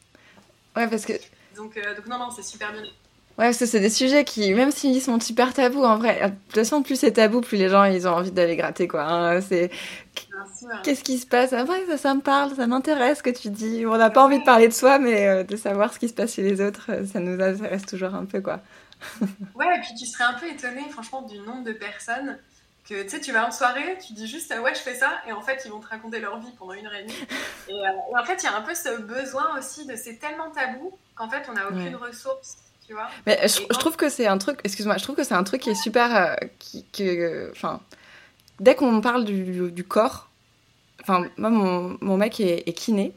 Ouais, parce que... Donc, euh, donc non, non, c'est super bien. Ouais, parce que c'est des sujets qui, même s'ils sont super tabous, en vrai, de toute façon, plus c'est tabou, plus les gens, ils ont envie d'aller gratter, quoi. Hein. C'est... Qu'est-ce qui se passe? Ah ouais, ça, ça me parle, ça m'intéresse ce que tu dis. On n'a pas envie de parler de soi, mais euh, de savoir ce qui se passe chez les autres, ça nous intéresse toujours un peu, quoi. Ouais, et puis tu serais un peu étonnée, franchement, du nombre de personnes que, tu sais, tu vas en soirée, tu dis juste, ouais, je fais ça, et en fait, ils vont te raconter leur vie pendant une heure et demie. Et, euh, et en fait, il y a un peu ce besoin aussi de, c'est tellement tabou qu'en fait, on n'a aucune ouais. ressource, tu vois. Mais je, quand... je trouve que c'est un truc, excuse-moi, je trouve que c'est un truc qui est super, euh, qui, que, enfin, dès qu'on parle du, du corps, enfin, moi, mon, mon mec est, est kiné,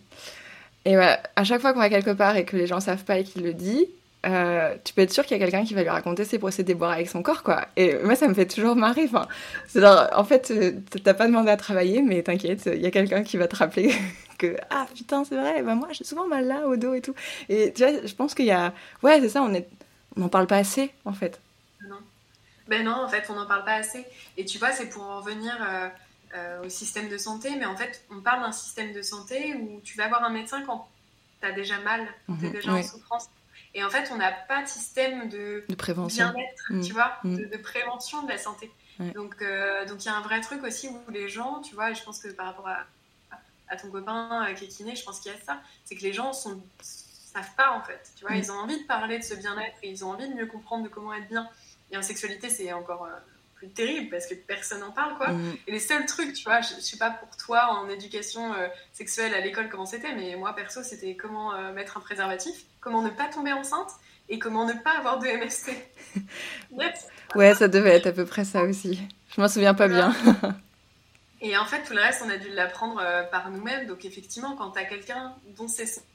et ouais, à chaque fois qu'on va quelque part et que les gens savent pas et qu'il le dit, Euh, tu peux être sûr qu'il y a quelqu'un qui va lui raconter ses procédés boire avec son corps, quoi. Et moi, ça me fait toujours marrer. Enfin, c'est genre, en fait, t'as pas demandé à travailler, mais t'inquiète, il y a quelqu'un qui va te rappeler que ah putain, c'est vrai. Bah moi, j'ai souvent mal là au dos et tout. Et tu vois, je pense qu'il y a, ouais, c'est ça. On est, on n'en parle pas assez, en fait. Non. Ben non, en fait, on n'en parle pas assez. Et tu vois, c'est pour en revenir euh, euh, au système de santé. Mais en fait, on parle d'un système de santé où tu vas voir un médecin quand t'as déjà mal, quand t'es déjà mmh, en ouais. souffrance. Et en fait, on n'a pas de système de, de prévention. bien-être, mmh. tu vois, mmh. de, de prévention de la santé. Ouais. Donc, euh, donc, il y a un vrai truc aussi où les gens, tu vois, et je pense que par rapport à, à ton copain euh, qui est kiné, je pense qu'il y a ça, c'est que les gens ne savent pas, en fait. Tu vois, mmh. ils ont envie de parler de ce bien-être et ils ont envie de mieux comprendre de comment être bien. Et en sexualité, c'est encore... Euh, plus terrible parce que personne n'en parle, quoi. Mmh. Et les seuls trucs, tu vois, je, je sais pas pour toi en éducation euh, sexuelle à l'école comment c'était, mais moi perso c'était comment euh, mettre un préservatif, comment ne pas tomber enceinte et comment ne pas avoir de M S T. Net. Ouais, ça devait être à peu près ça aussi. Je m'en souviens pas voilà. bien. Et en fait tout le reste on a dû l'apprendre euh, par nous-mêmes. Donc effectivement quand t'as quelqu'un dont c'est son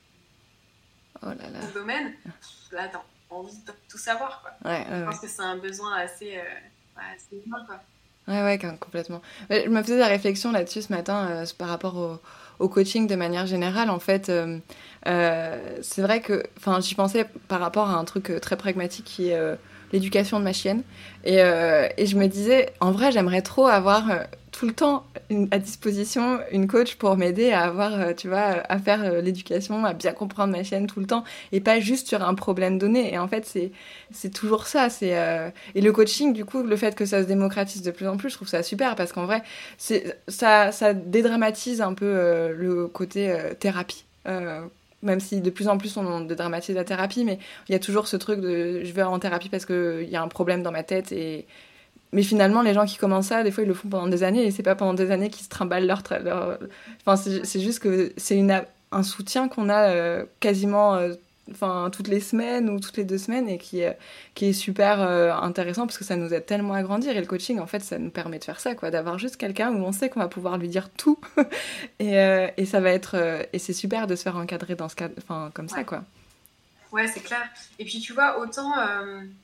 oh là là. domaine, là t'as envie de tout savoir, quoi. Ouais, ouais, je pense ouais. que c'est un besoin assez euh, Ouais, c'est humain, quoi. Ouais, ouais, complètement. Mais je me faisais la réflexion là-dessus ce matin euh, par rapport au, au coaching de manière générale. En fait, euh, euh, c'est vrai que j'y pensais par rapport à un truc très pragmatique qui est euh, l'éducation de ma chienne. Et, euh, et je me disais, en vrai, j'aimerais trop avoir euh, tout le temps une, à disposition une coach pour m'aider à avoir, euh, tu vois, à faire euh, l'éducation, à bien comprendre ma chienne tout le temps et pas juste sur un problème donné. Et en fait, c'est, c'est toujours ça. C'est, euh... Et le coaching, du coup, le fait que ça se démocratise de plus en plus, je trouve ça super parce qu'en vrai, c'est, ça, ça dédramatise un peu euh, le côté euh, thérapie. Euh, même si de plus en plus on dédramatise la thérapie, mais il y a toujours ce truc de je vais en thérapie parce qu'il y a un problème dans ma tête. Et... Mais finalement, les gens qui commencent ça, des fois, ils le font pendant des années et c'est pas pendant des années qu'ils se trimballent leur... Tra... leur... Enfin, c'est, c'est juste que c'est une, un soutien qu'on a euh, quasiment euh, enfin, toutes les semaines ou toutes les deux semaines et qui, euh, qui est super euh, intéressant parce que ça nous aide tellement à grandir. Et le coaching, en fait, ça nous permet de faire ça, quoi, d'avoir juste quelqu'un où on sait qu'on va pouvoir lui dire tout et, euh, et ça va être... Euh, et c'est super de se faire encadrer dans ce cadre, enfin, comme ouais. ça, quoi. Ouais, c'est clair. Et puis, tu vois, autant... Euh...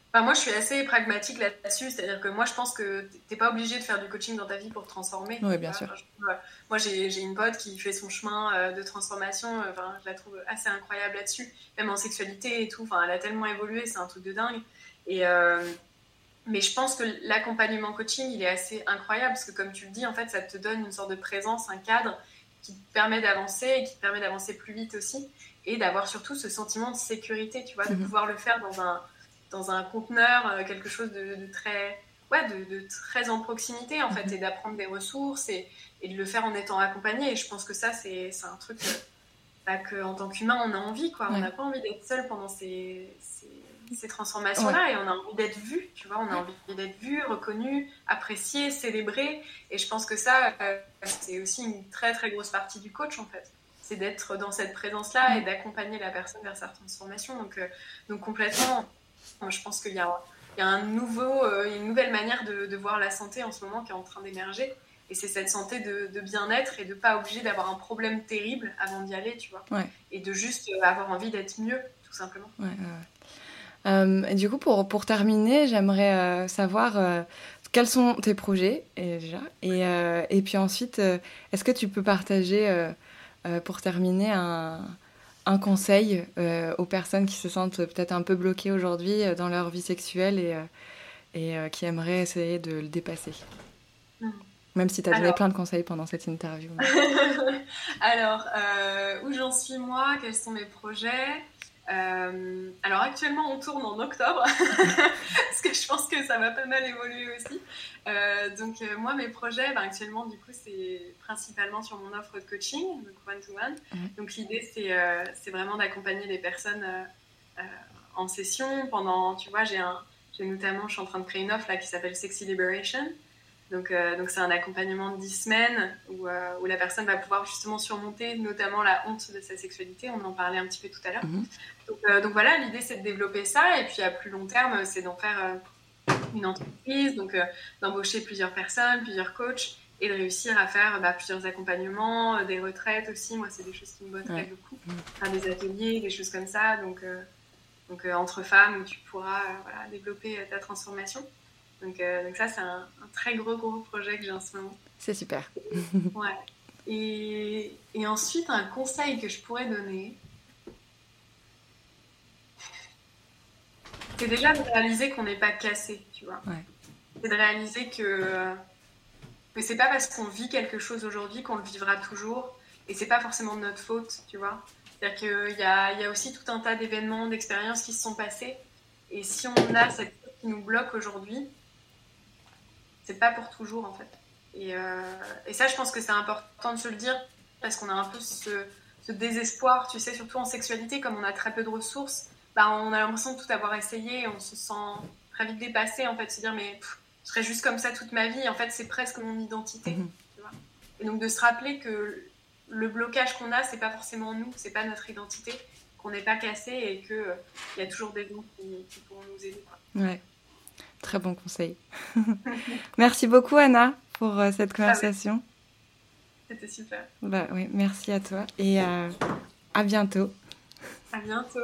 Enfin, moi, je suis assez pragmatique là-dessus, c'est-à-dire que moi, je pense que t'es pas obligé de faire du coaching dans ta vie pour te transformer. Oui, bien enfin, sûr. je, moi, j'ai, j'ai une pote qui fait son chemin euh, de transformation, euh, enfin, je la trouve assez incroyable là-dessus, même en sexualité et tout. Enfin, elle a tellement évolué, c'est un truc de dingue. Et euh, mais je pense que l'accompagnement coaching, il est assez incroyable parce que, comme tu le dis, en fait, ça te donne une sorte de présence, un cadre qui te permet d'avancer et qui te permet d'avancer plus vite aussi et d'avoir surtout ce sentiment de sécurité, tu vois, de mm-hmm. pouvoir le faire dans un dans un conteneur, euh, quelque chose de, de très ouais, de, de très en proximité en fait, mm-hmm. et d'apprendre des ressources et, et de le faire en étant accompagné. Et je pense que ça, c'est, c'est un truc que, bah, que, en tant qu'humain, on a envie, quoi. Ouais. On n'a pas envie d'être seul pendant ces, ces, ces transformations-là, ouais. Et on a envie d'être vu, tu vois, on a envie d'être vu, reconnu, apprécié, célébré. Et je pense que ça, euh, c'est aussi une très très grosse partie du coach en fait. C'est d'être dans cette présence-là, ouais. Et d'accompagner la personne vers sa transformation. Donc, euh, donc complètement. Je pense qu'il y a, il y a un nouveau, euh, une nouvelle manière de, de voir la santé en ce moment qui est en train d'émerger. Et c'est cette santé de, de bien-être et de ne pas obligé d'avoir un problème terrible avant d'y aller, tu vois. Ouais. Et de juste avoir envie d'être mieux, tout simplement. Ouais, ouais. Euh, et du coup, pour, pour terminer, j'aimerais euh, savoir euh, quels sont tes projets, et, déjà. Et, euh, et puis ensuite, euh, est-ce que tu peux partager, euh, euh, pour terminer, un... un conseil euh, aux personnes qui se sentent peut-être un peu bloquées aujourd'hui euh, dans leur vie sexuelle et, euh, et euh, qui aimeraient essayer de le dépasser. Mmh. Même si tu as donné plein de conseils pendant cette interview. Alors, euh, où j'en suis moi? Quels sont mes projets? euh, Alors, actuellement, on tourne en octobre parce que je pense que ça va pas mal évoluer aussi. Euh, donc, euh, moi, mes projets, ben, actuellement, du coup, c'est principalement sur mon offre de coaching, donc one-to-one. Mmh. Donc, l'idée, c'est, euh, c'est vraiment d'accompagner les personnes euh, euh, en session pendant, tu vois, j'ai, un, j'ai notamment, je suis en train de créer une offre là qui s'appelle Sexy Liberation. Donc, euh, donc c'est un accompagnement de dix semaines où, euh, où la personne va pouvoir justement surmonter notamment la honte de sa sexualité. On en parlait un petit peu tout à l'heure. Mmh. Donc, euh, donc voilà, l'idée, c'est de développer ça. Et puis, à plus long terme, c'est d'en faire... Euh, une entreprise, donc euh, d'embaucher plusieurs personnes, plusieurs coachs et de réussir à faire bah, plusieurs accompagnements, euh, des retraites aussi. Moi, c'est des choses qui me botteraient ouais. beaucoup. Faire des ateliers, des choses comme ça. Donc, euh, donc euh, entre femmes, où tu pourras euh, voilà, développer euh, ta transformation. Donc, euh, donc ça, c'est un, un très gros, gros projet que j'ai en ce moment. C'est super. Ouais. Et, et ensuite, un conseil que je pourrais donner... c'est déjà de réaliser qu'on n'est pas cassé, tu vois. Ouais. C'est de réaliser que, que c'est pas parce qu'on vit quelque chose aujourd'hui qu'on le vivra toujours. Et c'est pas forcément de notre faute, tu vois. C'est-à-dire qu'il y a, il y a aussi tout un tas d'événements, d'expériences qui se sont passées. Et si on a cette chose qui nous bloque aujourd'hui, c'est pas pour toujours, en fait. Et, euh, et ça, je pense que c'est important de se le dire parce qu'on a un peu ce, ce désespoir, tu sais, surtout en sexualité, comme on a très peu de ressources. Bah, on a l'impression de tout avoir essayé et on se sent très vite dépassé, en fait, se dire mais pff, je serais juste comme ça toute ma vie, en fait c'est presque mon identité, mmh. tu vois. Et donc de se rappeler que le blocage qu'on a, c'est pas forcément nous, c'est pas notre identité, qu'on n'est pas cassé et qu'il euh, y a toujours des gens qui, qui pourront nous aider, quoi. Ouais, très bon conseil. Merci beaucoup Anna pour euh, cette conversation. Ah ouais. C'était super. Bah, oui, merci à toi et euh, à bientôt. À bientôt.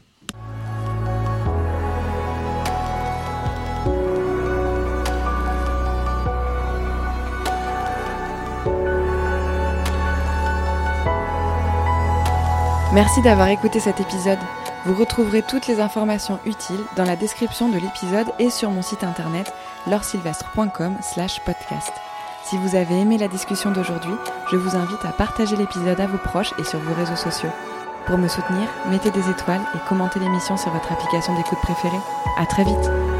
Merci d'avoir écouté cet épisode. Vous retrouverez toutes les informations utiles dans la description de l'épisode et sur mon site internet lauresylvestre point com slash podcast. Si vous avez aimé la discussion d'aujourd'hui, je vous invite à partager l'épisode à vos proches et sur vos réseaux sociaux. Pour me soutenir, mettez des étoiles et commentez l'émission sur votre application d'écoute préférée. À très vite!